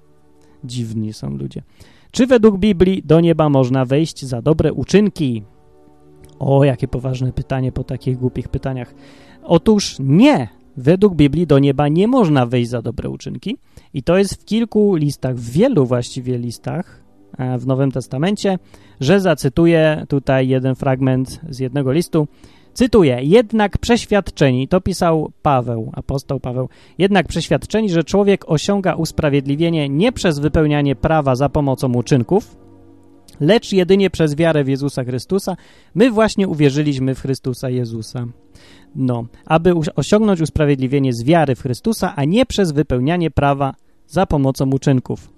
Speaker 1: dziwni są ludzie. Czy według Biblii do nieba można wejść za dobre uczynki? O, jakie poważne pytanie po takich głupich pytaniach. Otóż nie! Według Biblii do nieba nie można wejść za dobre uczynki i to jest w kilku listach, w wielu właściwie listach w Nowym Testamencie, że zacytuję tutaj jeden fragment z jednego listu. Cytuję, jednak przeświadczeni, to pisał Paweł, apostoł Paweł, jednak przeświadczeni, że człowiek osiąga usprawiedliwienie nie przez wypełnianie prawa za pomocą uczynków, lecz jedynie przez wiarę w Jezusa Chrystusa, my właśnie uwierzyliśmy w Chrystusa Jezusa. No, aby osiągnąć usprawiedliwienie z wiary w Chrystusa, a nie przez wypełnianie prawa za pomocą uczynków.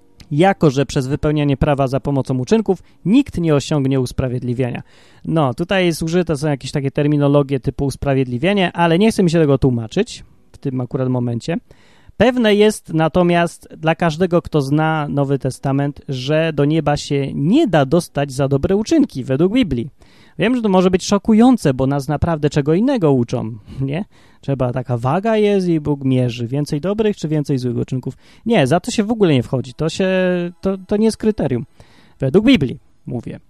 Speaker 1: Jako że przez wypełnianie prawa za pomocą uczynków nikt nie osiągnie usprawiedliwienia. No, tutaj jest użyte są jakieś takie terminologie typu usprawiedliwienie, ale nie chcę mi się tego tłumaczyć w tym akurat momencie. Pewne jest natomiast dla każdego, kto zna Nowy Testament, że do nieba się nie da dostać za dobre uczynki według Biblii. Wiem, że to może być szokujące, bo nas naprawdę czego innego uczą, nie? Trzeba, taka waga jest i Bóg mierzy. Więcej dobrych czy więcej złych uczynków? Nie, za to się w ogóle nie wchodzi. To się, to, to nie jest kryterium. Według Biblii, mówię.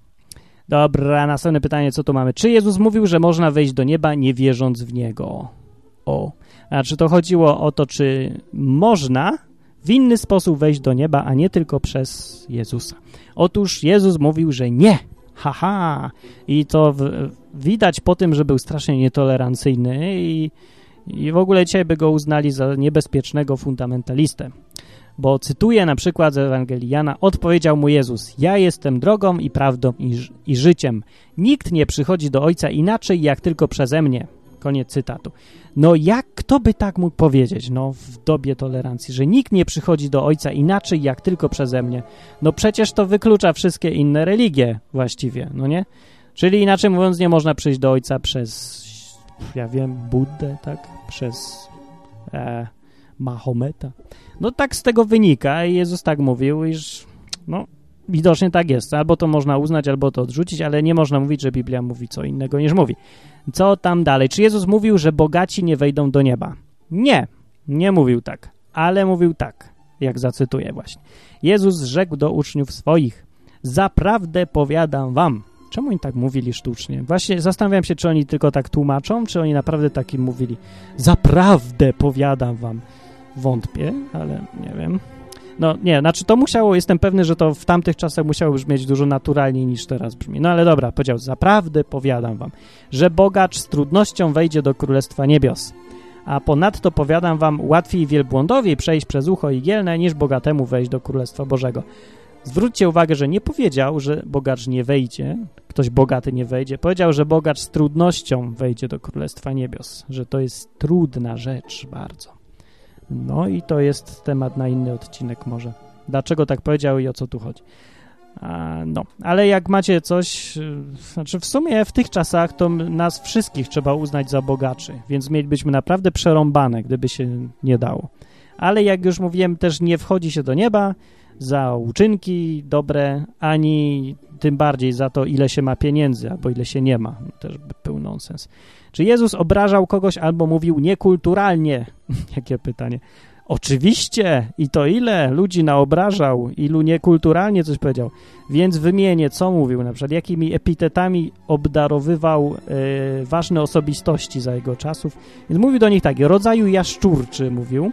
Speaker 1: Dobra, następne pytanie, co tu mamy? Czy Jezus mówił, że można wejść do nieba, nie wierząc w Niego? O, a czy to chodziło o to, czy można w inny sposób wejść do nieba, a nie tylko przez Jezusa? Otóż Jezus mówił, że nie. Haha. I to w, widać po tym, że był strasznie nietolerancyjny i, i w ogóle dzisiaj by go uznali za niebezpiecznego fundamentalistę. Bo cytuję na przykład z Ewangelii Jana, odpowiedział mu Jezus, ja jestem drogą i prawdą i, i życiem. Nikt nie przychodzi do Ojca inaczej, jak tylko przeze mnie. Koniec cytatu. No jak, kto by tak mógł powiedzieć, no w dobie tolerancji, że nikt nie przychodzi do Ojca inaczej, jak tylko przeze mnie. No przecież to wyklucza wszystkie inne religie właściwie, no nie? Czyli inaczej mówiąc, nie można przyjść do Ojca przez, ja wiem, Buddę, tak? Przez e, Mahometa. No tak z tego wynika i Jezus tak mówił, iż no widocznie tak jest. Albo to można uznać, albo to odrzucić, ale nie można mówić, że Biblia mówi co innego niż mówi. Co tam dalej? Czy Jezus mówił, że bogaci nie wejdą do nieba? Nie, nie mówił tak, ale mówił tak, jak zacytuję właśnie. Jezus rzekł do uczniów swoich: zaprawdę powiadam wam. Czemu oni tak mówili sztucznie? Właśnie zastanawiam się, czy oni tylko tak tłumaczą, czy oni naprawdę takim mówili. Zaprawdę powiadam wam. Wątpię, ale nie wiem. No nie, znaczy to musiało, jestem pewny, że to w tamtych czasach musiało brzmieć dużo naturalniej niż teraz brzmi. No ale dobra, powiedział: zaprawdę powiadam wam, że bogacz z trudnością wejdzie do Królestwa Niebios. A ponadto powiadam wam, łatwiej wielbłądowi przejść przez ucho igielne, niż bogatemu wejść do Królestwa Bożego. Zwróćcie uwagę, że nie powiedział, że bogacz nie wejdzie, ktoś bogaty nie wejdzie. Powiedział, że bogacz z trudnością wejdzie do Królestwa Niebios, że to jest trudna rzecz bardzo. No i to jest temat na inny odcinek może. Dlaczego tak powiedział i o co tu chodzi? A, no, ale jak macie coś, znaczy w sumie w tych czasach to nas wszystkich trzeba uznać za bogaczy, więc mielibyśmy naprawdę przerąbane, gdyby się nie dało. Ale jak już mówiłem, też nie wchodzi się do nieba za uczynki dobre, ani tym bardziej za to, ile się ma pieniędzy, albo ile się nie ma. Też by był nonsens. Czy Jezus obrażał kogoś albo mówił niekulturalnie? Jakie pytanie. Oczywiście. I to ile ludzi naobrażał, ilu niekulturalnie coś powiedział. Więc wymienię, co mówił, na przykład jakimi epitetami obdarowywał e, ważne osobistości za jego czasów. Więc mówił do nich tak: rodzaju jaszczurczy mówił,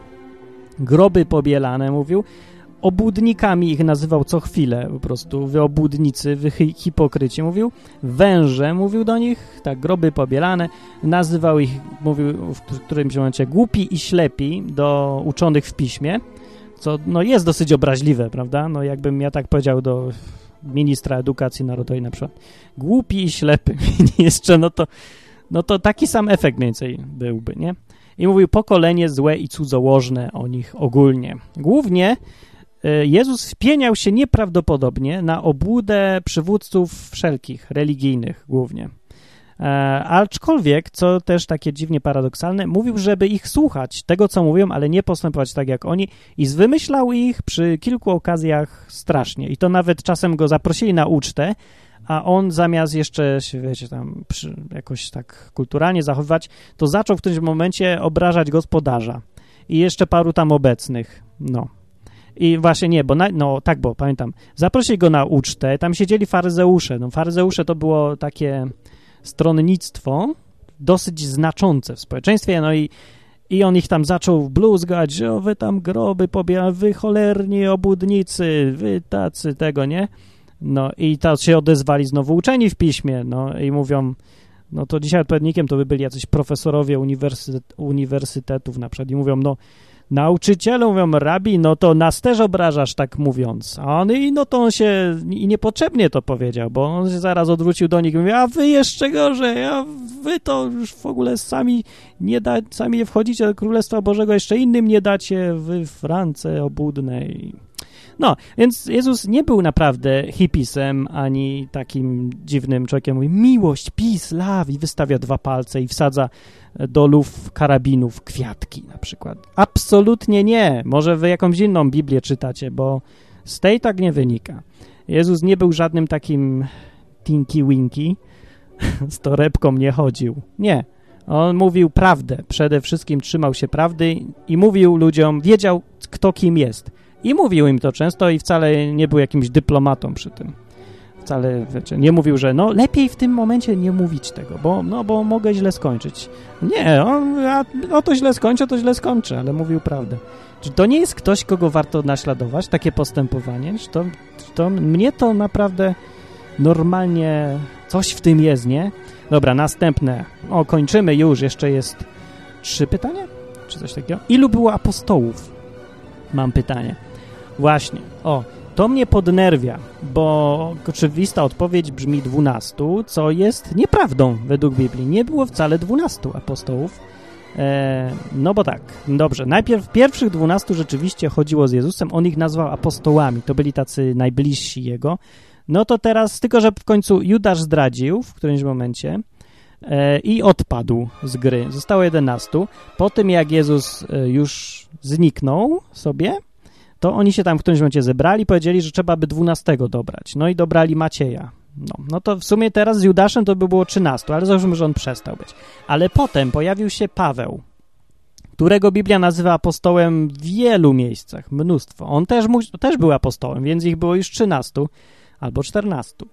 Speaker 1: groby pobielane mówił, obłudnikami ich nazywał co chwilę, po prostu wy obłudnicy, wy hi- hipokryci mówił, węże mówił do nich, tak, groby pobielane, nazywał ich, mówił w którymś momencie głupi i ślepi do uczonych w piśmie, co no jest dosyć obraźliwe, prawda, no jakbym ja tak powiedział do ministra edukacji narodowej na przykład, głupi i ślepy, jeszcze no to, no to taki sam efekt mniej więcej byłby, nie? I mówił pokolenie złe i cudzołożne o nich ogólnie. Głównie Jezus wpieniał się nieprawdopodobnie na obłudę przywódców wszelkich, religijnych głównie. E, aczkolwiek, co też takie dziwnie paradoksalne, mówił, żeby ich słuchać, tego co mówią, ale nie postępować tak jak oni, i zwymyślał ich przy kilku okazjach strasznie. I to nawet czasem go zaprosili na ucztę, a on zamiast jeszcze się, wiecie, tam przy, jakoś tak kulturalnie zachowywać, to zaczął w którymś momencie obrażać gospodarza i jeszcze paru tam obecnych, no. I właśnie nie, bo na, no tak, bo pamiętam, zaprosili go na ucztę, tam siedzieli faryzeusze. No faryzeusze to było takie stronnictwo dosyć znaczące w społeczeństwie, no i, i on ich tam zaczął bluzgać, że o, wy tam groby pobiera, wy cholerni obłudnicy, wy tacy tego, nie? No i to się odezwali znowu uczeni w piśmie, no i mówią, no to dzisiaj odpowiednikiem to by byli jacyś profesorowie uniwersytet, uniwersytetów na przykład i mówią, no nauczycielu, mówią, rabi, no to nas też obrażasz, tak mówiąc. A on, i no to on się i niepotrzebnie to powiedział, bo on się zaraz odwrócił do nich i mówi, a wy jeszcze gorzej, a wy to już w ogóle sami nie da, sami nie wchodzicie do Królestwa Bożego, jeszcze innym nie dacie, wy France obłudnej. No, więc Jezus nie był naprawdę hipisem, ani takim dziwnym człowiekiem. Mówi, miłość, peace, love i wystawia dwa palce i wsadza do luf karabinów kwiatki na przykład. Absolutnie nie. Może wy jakąś inną Biblię czytacie, bo z tej tak nie wynika. Jezus nie był żadnym takim tinky-winky, z torebką nie chodził. Nie. On mówił prawdę. Przede wszystkim trzymał się prawdy i mówił ludziom, wiedział kto kim jest. I mówił im to często i wcale nie był jakimś dyplomatą przy tym. Wcale, wiecie, nie mówił, że no lepiej w tym momencie nie mówić tego, bo, no, bo mogę źle skończyć. Nie, on, a, o to źle skończę, to źle skończę, ale mówił prawdę. Czy to nie jest ktoś, kogo warto naśladować, takie postępowanie? Czy to, czy to, mnie to naprawdę normalnie coś w tym jest, nie? Dobra, następne. O, kończymy już, jeszcze jest trzy pytania? Czy coś takiego? Ilu było apostołów? Mam pytanie. Właśnie, o, to mnie podnerwia, bo oczywista odpowiedź brzmi dwunastu, co jest nieprawdą według Biblii. Nie było wcale dwunastu apostołów. E, no bo tak, dobrze, najpierw pierwszych dwunastu rzeczywiście chodziło z Jezusem, on ich nazwał apostołami, to byli tacy najbliżsi Jego. No to teraz, tylko że w końcu Judasz zdradził w którymś momencie e, i odpadł z gry. Zostało jedenastu. Po tym jak Jezus e, już zniknął sobie, to oni się tam w którymś momencie zebrali, powiedzieli, że trzeba by dwunastego dobrać. No i dobrali Macieja. No, no to w sumie teraz z Judaszem to by było trzynastu, ale załóżmy, że on przestał być. Ale potem pojawił się Paweł, którego Biblia nazywa apostołem w wielu miejscach, mnóstwo. On też, mógł, też był apostołem, więc ich było już trzynastu albo czternastu.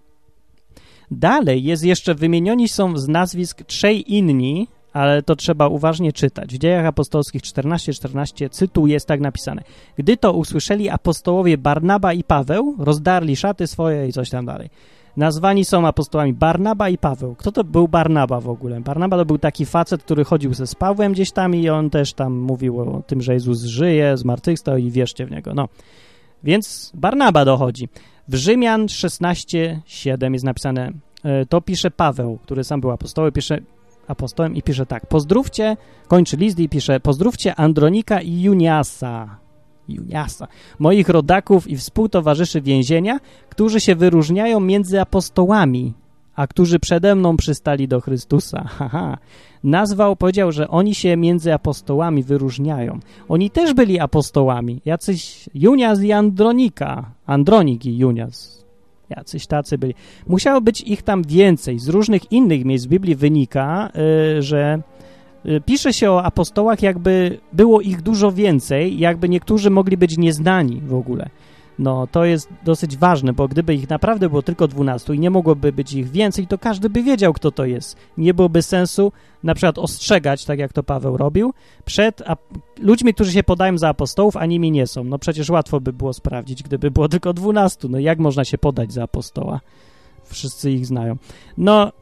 Speaker 1: Dalej jest jeszcze, wymienioni są z nazwisk trzej inni, ale to trzeba uważnie czytać. W Dziejach Apostolskich czternaście czternaście cytuję, jest tak napisane. Gdy to usłyszeli apostołowie Barnaba i Paweł, rozdarli szaty swoje i coś tam dalej. Nazwani są apostołami Barnaba i Paweł. Kto to był Barnaba w ogóle? Barnaba to był taki facet, który chodził ze z Pawłem gdzieś tam i on też tam mówił o tym, że Jezus żyje, zmartwychwstał i wierzcie w Niego. No, więc Barnaba dochodzi. W Rzymian szesnaście siedem jest napisane, to pisze Paweł, który sam był apostołem, pisze apostołem i pisze tak. Pozdrówcie, kończy list i pisze, pozdrówcie Andronika i Juniasa. Juniasa, moich rodaków i współtowarzyszy więzienia, którzy się wyróżniają między apostołami, a którzy przede mną przystali do Chrystusa. Haha. Nazwał, powiedział, że oni się między apostołami wyróżniają. Oni też byli apostołami. Jacyś Junias i Andronika. Andronik i Junias. Jacyś tacy byli. Musiało być ich tam więcej. Z różnych innych miejsc w Biblii wynika, yy, że pisze się o apostołach, jakby było ich dużo więcej, jakby niektórzy mogli być nieznani w ogóle. No, to jest dosyć ważne, bo gdyby ich naprawdę było tylko dwunastu i nie mogłoby być ich więcej, to każdy by wiedział, kto to jest. Nie byłoby sensu na przykład ostrzegać, tak jak to Paweł robił, przed ludźmi, którzy się podają za apostołów, a nimi nie są. No przecież łatwo by było sprawdzić, gdyby było tylko dwunastu. No jak można się podać za apostoła? Wszyscy ich znają. No,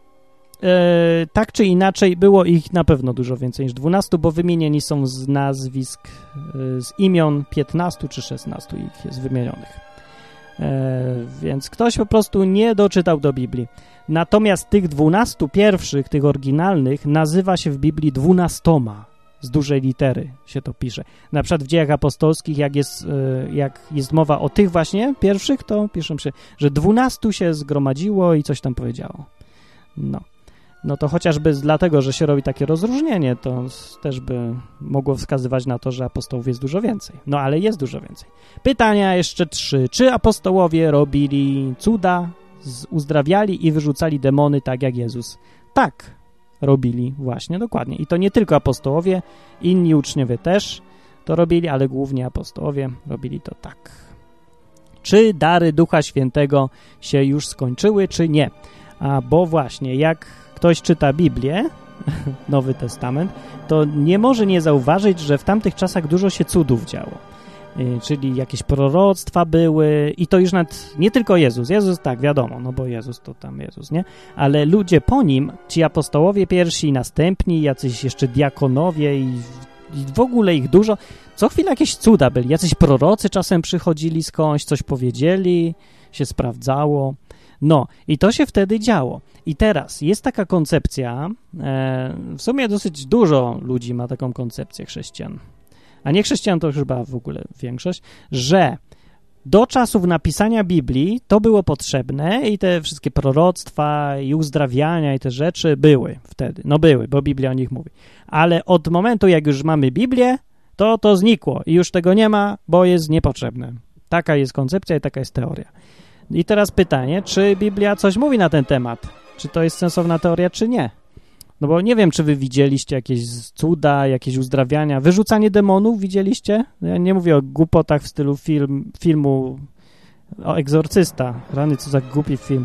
Speaker 1: E, tak czy inaczej było ich na pewno dużo więcej niż dwunastu, bo wymienieni są z nazwisk, e, z imion piętnastu czy szesnastu ich jest wymienionych. E, więc ktoś po prostu nie doczytał do Biblii. Natomiast tych dwunastu pierwszych, tych oryginalnych, nazywa się w Biblii dwunastoma. Z dużej litery się to pisze. Na przykład w Dziejach Apostolskich, jak jest, e, jak jest mowa o tych właśnie pierwszych, to piszą się, że dwunastu się zgromadziło i coś tam powiedziało. No. No to chociażby dlatego, że się robi takie rozróżnienie, to też by mogło wskazywać na to, że apostołów jest dużo więcej. No ale jest dużo więcej. Pytania jeszcze trzy. Czy apostołowie robili cuda, uzdrawiali i wyrzucali demony tak jak Jezus? Tak, robili właśnie, dokładnie. I to nie tylko apostołowie, inni uczniowie też to robili, ale głównie apostołowie robili to tak. Czy dary Ducha Świętego się już skończyły, czy nie? A bo właśnie, jak ktoś czyta Biblię, Nowy Testament, to nie może nie zauważyć, że w tamtych czasach dużo się cudów działo. Yy, czyli jakieś proroctwa były i to już nawet nie tylko Jezus. Jezus tak, wiadomo, no bo Jezus to tam Jezus, nie? Ale ludzie po nim, ci apostołowie pierwsi i następni, jacyś jeszcze diakonowie i, i w ogóle ich dużo, co chwilę jakieś cuda byli. Jacyś prorocy czasem przychodzili skądś, coś powiedzieli, się sprawdzało. No i to się wtedy działo. I teraz jest taka koncepcja, e, w sumie dosyć dużo ludzi ma taką koncepcję, chrześcijan, a nie chrześcijan to chyba w ogóle większość, że do czasów napisania Biblii to było potrzebne i te wszystkie proroctwa i uzdrawiania i te rzeczy były wtedy. No były, bo Biblia o nich mówi. Ale od momentu, jak już mamy Biblię, to to znikło i już tego nie ma, bo jest niepotrzebne. Taka jest koncepcja i taka jest teoria. I teraz pytanie, czy Biblia coś mówi na ten temat? Czy to jest sensowna teoria, czy nie? No bo nie wiem, czy wy widzieliście jakieś cuda, jakieś uzdrawiania, wyrzucanie demonów widzieliście? Ja nie mówię o głupotach w stylu film, filmu o Egzorcysta. Rany, co za głupi film.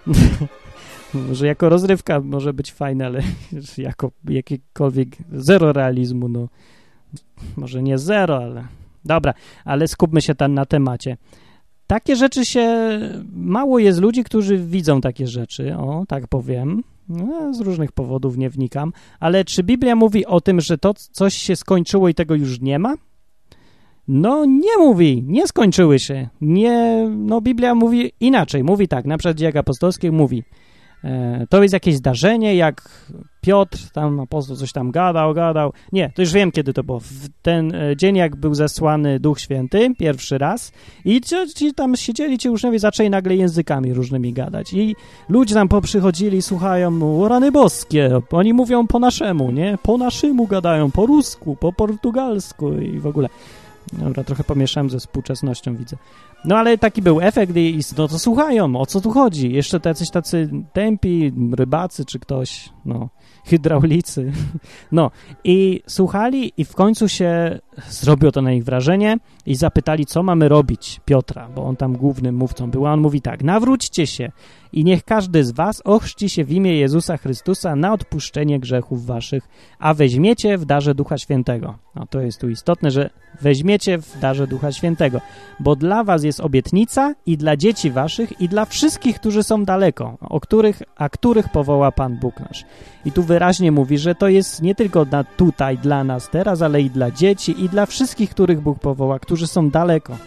Speaker 1: Może jako rozrywka może być fajne, ale jako jakiekolwiek zero realizmu, no może nie zero, ale dobra, ale skupmy się tam na temacie. Takie rzeczy się, mało jest ludzi, którzy widzą takie rzeczy, o, tak powiem, no, z różnych powodów nie wnikam, ale czy Biblia mówi o tym, że to coś się skończyło i tego już nie ma? No nie mówi, nie skończyły się, nie, no Biblia mówi inaczej, mówi tak, na przykład w Dziejach Apostolskich mówi, e, to jest jakieś zdarzenie, jak Piotr, tam apostoł coś tam gadał, gadał, nie, to już wiem, kiedy to było, w ten dzień, jak był zesłany Duch Święty, pierwszy raz i ci, ci tam siedzieli, ci uczniowie zaczęli nagle językami różnymi gadać i ludzie tam poprzychodzili, słuchają, o rany boskie, oni mówią po naszemu, nie, po naszemu gadają, po rusku, po portugalsku i w ogóle. Dobra, trochę pomieszałem ze współczesnością, widzę. No ale taki był efekt i, i no to słuchają, o co tu chodzi? Jeszcze tacy tacy tępi, rybacy czy ktoś, no, hydraulicy. No i słuchali i w końcu się zrobiło to na nich wrażenie i zapytali, co mamy robić Piotra, bo on tam głównym mówcą był, a on mówi tak: nawróćcie się i niech każdy z was ochrzci się w imię Jezusa Chrystusa na odpuszczenie grzechów waszych, a weźmiecie w darze Ducha Świętego. No to jest tu istotne, że weźmiecie w darze Ducha Świętego, bo dla was jest obietnica i dla dzieci waszych i dla wszystkich, którzy są daleko, o których, a których powoła Pan Bóg nasz. I tu wyraźnie mówi, że to jest nie tylko na tutaj dla nas teraz, ale i dla dzieci i dla wszystkich, których Bóg powoła, którzy są daleko.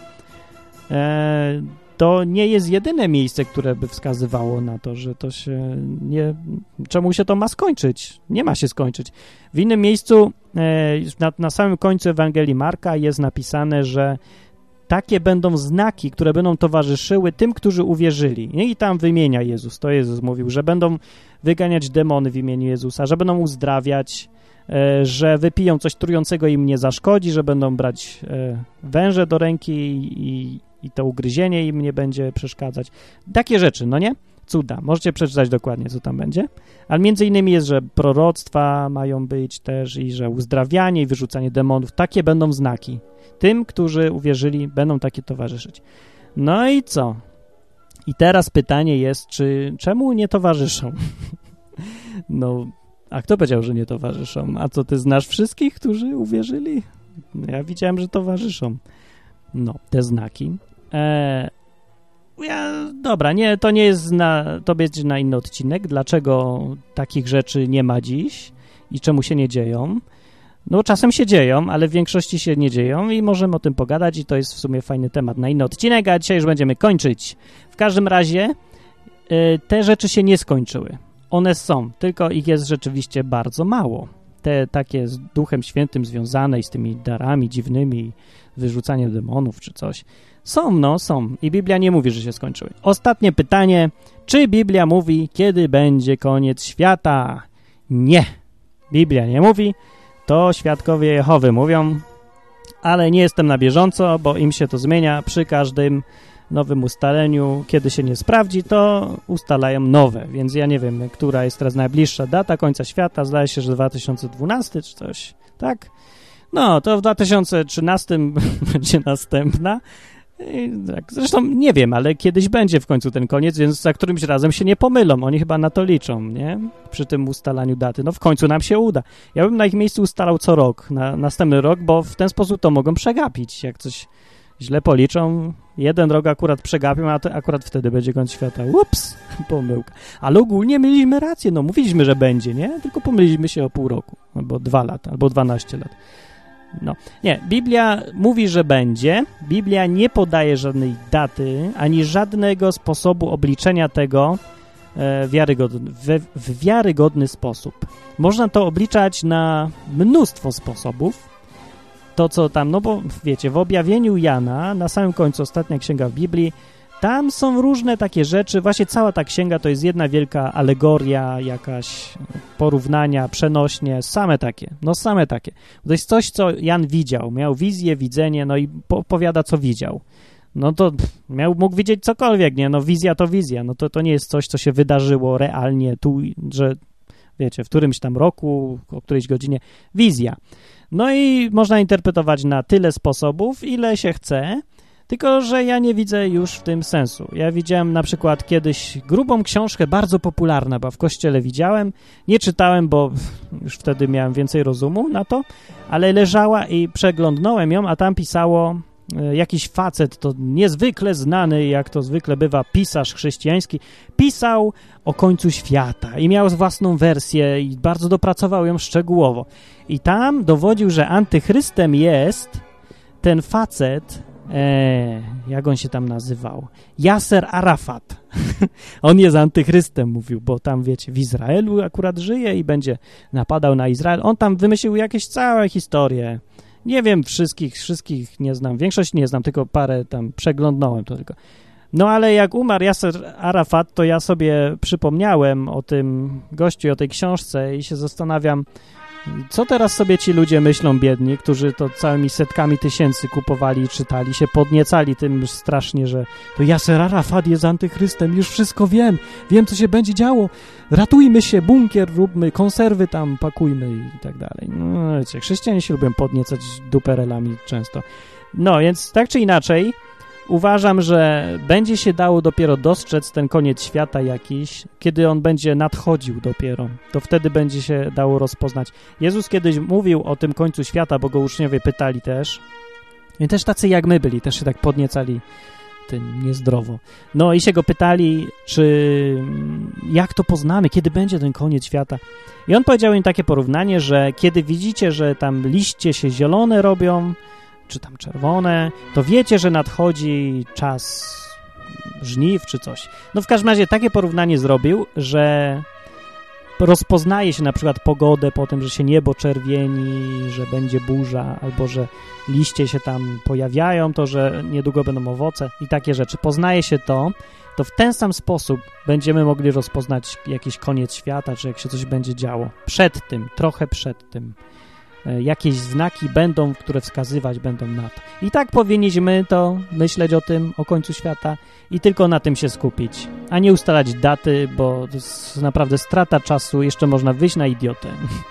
Speaker 1: Eee, to nie jest jedyne miejsce, które by wskazywało na to, że to się nie... Czemu się to ma skończyć? Nie ma się skończyć. W innym miejscu, e, na, na samym końcu Ewangelii Marka jest napisane, że takie będą znaki, które będą towarzyszyły tym, którzy uwierzyli. I tam wymienia Jezus. To Jezus mówił, że będą wyganiać demony w imieniu Jezusa, że będą uzdrawiać, e, że wypiją coś trującego im nie zaszkodzi, że będą brać e, węże do ręki i, i to ugryzienie im nie będzie przeszkadzać. Takie rzeczy, no nie? Cuda. Możecie przeczytać dokładnie, co tam będzie. Ale między innymi jest, że proroctwa mają być też i że uzdrawianie i wyrzucanie demonów. Takie będą znaki. Tym, którzy uwierzyli, będą takie towarzyszyć. No i co? I teraz pytanie jest, czy czemu nie towarzyszą? No, a kto powiedział, że nie towarzyszą? A co, ty znasz wszystkich, którzy uwierzyli? Ja widziałem, że towarzyszą. No, te znaki. Eee, ja, dobra, nie, to nie jest na, to będzie na inny odcinek. Dlaczego takich rzeczy nie ma dziś i czemu się nie dzieją? No czasem się dzieją, ale w większości się nie dzieją i możemy o tym pogadać i to jest w sumie fajny temat na inny odcinek, a dzisiaj już będziemy kończyć. W każdym razie y, te rzeczy się nie skończyły. One są, tylko ich jest rzeczywiście bardzo mało. Te takie z Duchem Świętym związane i z tymi darami dziwnymi, wyrzucanie demonów czy coś. Są, no, są. I Biblia nie mówi, że się skończyły. Ostatnie pytanie. Czy Biblia mówi, kiedy będzie koniec świata? Nie. Biblia nie mówi. To świadkowie Jehowy mówią, ale nie jestem na bieżąco, bo im się to zmienia przy każdym nowym ustaleniu. Kiedy się nie sprawdzi, to ustalają nowe, więc ja nie wiem, która jest teraz najbliższa data końca świata. Zdaje się, że dwa tysiące dwunasty czy coś, tak? No, to w dwa tysiące trzynastym będzie następna. I tak, zresztą nie wiem, ale kiedyś będzie w końcu ten koniec, więc za którymś razem się nie pomylą. Oni chyba na to liczą, nie? Przy tym ustalaniu daty. No w końcu nam się uda. Ja bym na ich miejscu ustalał co rok, na następny rok, bo w ten sposób to mogą przegapić. Jak coś źle policzą, jeden rok akurat przegapią, a to akurat wtedy będzie koniec świata. Ups, pomyłka. Ale ogólnie mieliśmy rację, no mówiliśmy, że będzie, nie? Tylko pomyliliśmy się o pół roku, albo dwa lata, albo dwanaście lat. No, nie, Biblia mówi, że będzie. Biblia nie podaje żadnej daty, ani żadnego sposobu obliczenia tego e, wiarygodny, w, w wiarygodny sposób. Można to obliczać na mnóstwo sposobów. To, co tam, no bo wiecie, w objawieniu Jana, na samym końcu, ostatnia księga w Biblii, tam są różne takie rzeczy. Właśnie cała ta księga to jest jedna wielka alegoria, jakaś porównania, przenośnie, same takie, no same takie. To jest coś, co Jan widział, miał wizję, widzenie, no i opowiada, co widział. No to miał, mógł widzieć cokolwiek, nie? No wizja to wizja, no to, to nie jest coś, co się wydarzyło realnie tu, że wiecie, w którymś tam roku, o którejś godzinie, wizja. No i można interpretować na tyle sposobów, ile się chce. Tylko że ja nie widzę już w tym sensu. Ja widziałem na przykład kiedyś grubą książkę, bardzo popularna, bo w kościele widziałem, nie czytałem, bo już wtedy miałem więcej rozumu na to, ale leżała i przeglądnąłem ją, a tam pisało e, jakiś facet, to niezwykle znany, jak to zwykle bywa, pisarz chrześcijański, pisał o końcu świata i miał własną wersję i bardzo dopracował ją szczegółowo. I tam dowodził, że antychrystem jest ten facet, Eee, jak on się tam nazywał? Yasser Arafat. On jest antychrystem, mówił, bo tam, wiecie, w Izraelu akurat żyje i będzie napadał na Izrael. On tam wymyślił jakieś całe historie. Nie wiem, wszystkich, wszystkich nie znam. Większość nie znam, tylko parę tam przeglądnąłem to tylko. No ale jak umarł Yasser Arafat, to ja sobie przypomniałem o tym gościu, o tej książce i się zastanawiam, Co teraz sobie ci ludzie myślą, biedni, którzy to całymi setkami tysięcy kupowali i czytali, się podniecali tym strasznie, że to Jaser Arafat jest antychrystem, już wszystko wiem, wiem, co się będzie działo, ratujmy się, bunkier róbmy, konserwy tam pakujmy i tak dalej. No wiecie, chrześcijanie się lubią podniecać duperelami często. No, więc tak czy inaczej, uważam, że będzie się dało dopiero dostrzec ten koniec świata jakiś, kiedy on będzie nadchodził dopiero. To wtedy będzie się dało rozpoznać. Jezus kiedyś mówił o tym końcu świata, bo go uczniowie pytali też. I też tacy jak my byli, też się tak podniecali tym niezdrowo. No i się go pytali, czy jak to poznamy, kiedy będzie ten koniec świata. I on powiedział im takie porównanie, że kiedy widzicie, że tam liście się zielone robią, czy tam czerwone, to wiecie, że nadchodzi czas żniw, czy coś. No w każdym razie takie porównanie zrobił, że rozpoznaje się na przykład pogodę po tym, że się niebo czerwieni, że będzie burza, albo że liście się tam pojawiają, to że niedługo będą owoce i takie rzeczy. Poznaje się to, to w ten sam sposób będziemy mogli rozpoznać jakiś koniec świata, czy jak się coś będzie działo. Przed tym, trochę przed tym. Jakieś znaki będą, które wskazywać będą na to. I tak powinniśmy to myśleć o tym, o końcu świata i tylko na tym się skupić, a nie ustalać daty, bo to jest naprawdę strata czasu, jeszcze można wyjść na idiotę.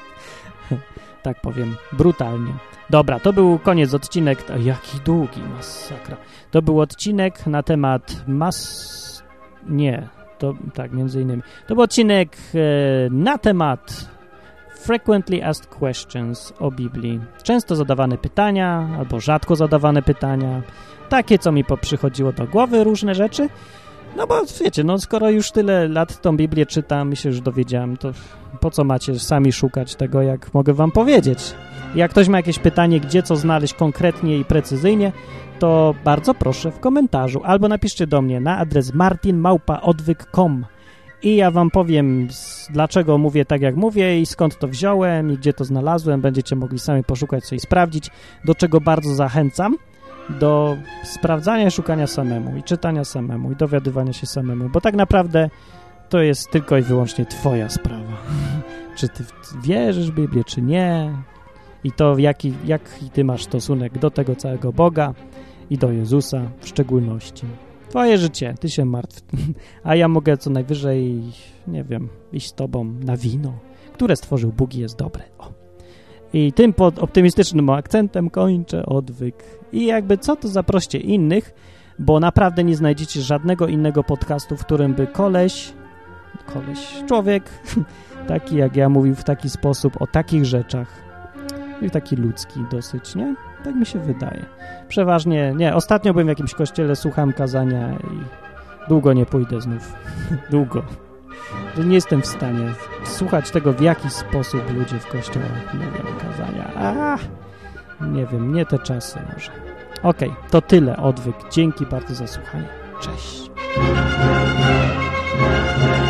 Speaker 1: Tak powiem, brutalnie. Dobra, to był koniec odcinek, jaki długi, masakra. To był odcinek na temat mas... nie, to tak, między innymi. To był odcinek e, na temat Frequently Asked Questions o Biblii. Często zadawane pytania, albo rzadko zadawane pytania. Takie, co mi przychodziło do głowy, różne rzeczy. No bo wiecie, no skoro już tyle lat tą Biblię czytam i się już dowiedziałem, to po co macie sami szukać tego, jak mogę wam powiedzieć? Jak ktoś ma jakieś pytanie, gdzie co znaleźć konkretnie i precyzyjnie, to bardzo proszę w komentarzu. Albo napiszcie do mnie na adres martin małpa odwyk kropka com. I ja wam powiem, dlaczego mówię tak, jak mówię i skąd to wziąłem i gdzie to znalazłem. Będziecie mogli sami poszukać sobie i sprawdzić, do czego bardzo zachęcam. Do sprawdzania i szukania samemu i czytania samemu i dowiadywania się samemu, bo tak naprawdę to jest tylko i wyłącznie twoja sprawa. Czy ty wierzysz w Biblię, czy nie i to jaki, jaki ty masz stosunek do tego całego Boga i do Jezusa w szczególności. Twoje życie, ty się martw, a ja mogę co najwyżej, nie wiem, iść z tobą na wino, które stworzył Bóg i jest dobre. O. I tym pod optymistycznym akcentem kończę odwyk. I jakby co, to zaproście innych, bo naprawdę nie znajdziecie żadnego innego podcastu, w którym by koleś, koleś, człowiek, taki jak ja, mówił w taki sposób o takich rzeczach. I taki ludzki dosyć, nie? Tak mi się wydaje. Przeważnie, nie, ostatnio byłem w jakimś kościele, słucham kazania i długo nie pójdę znów. Długo. Nie jestem w stanie słuchać tego, w jaki sposób ludzie w kościołach mówią kazania. A, nie wiem, nie te czasy może. Okej, okay, to tyle, odwyk. Dzięki bardzo za słuchanie. Cześć.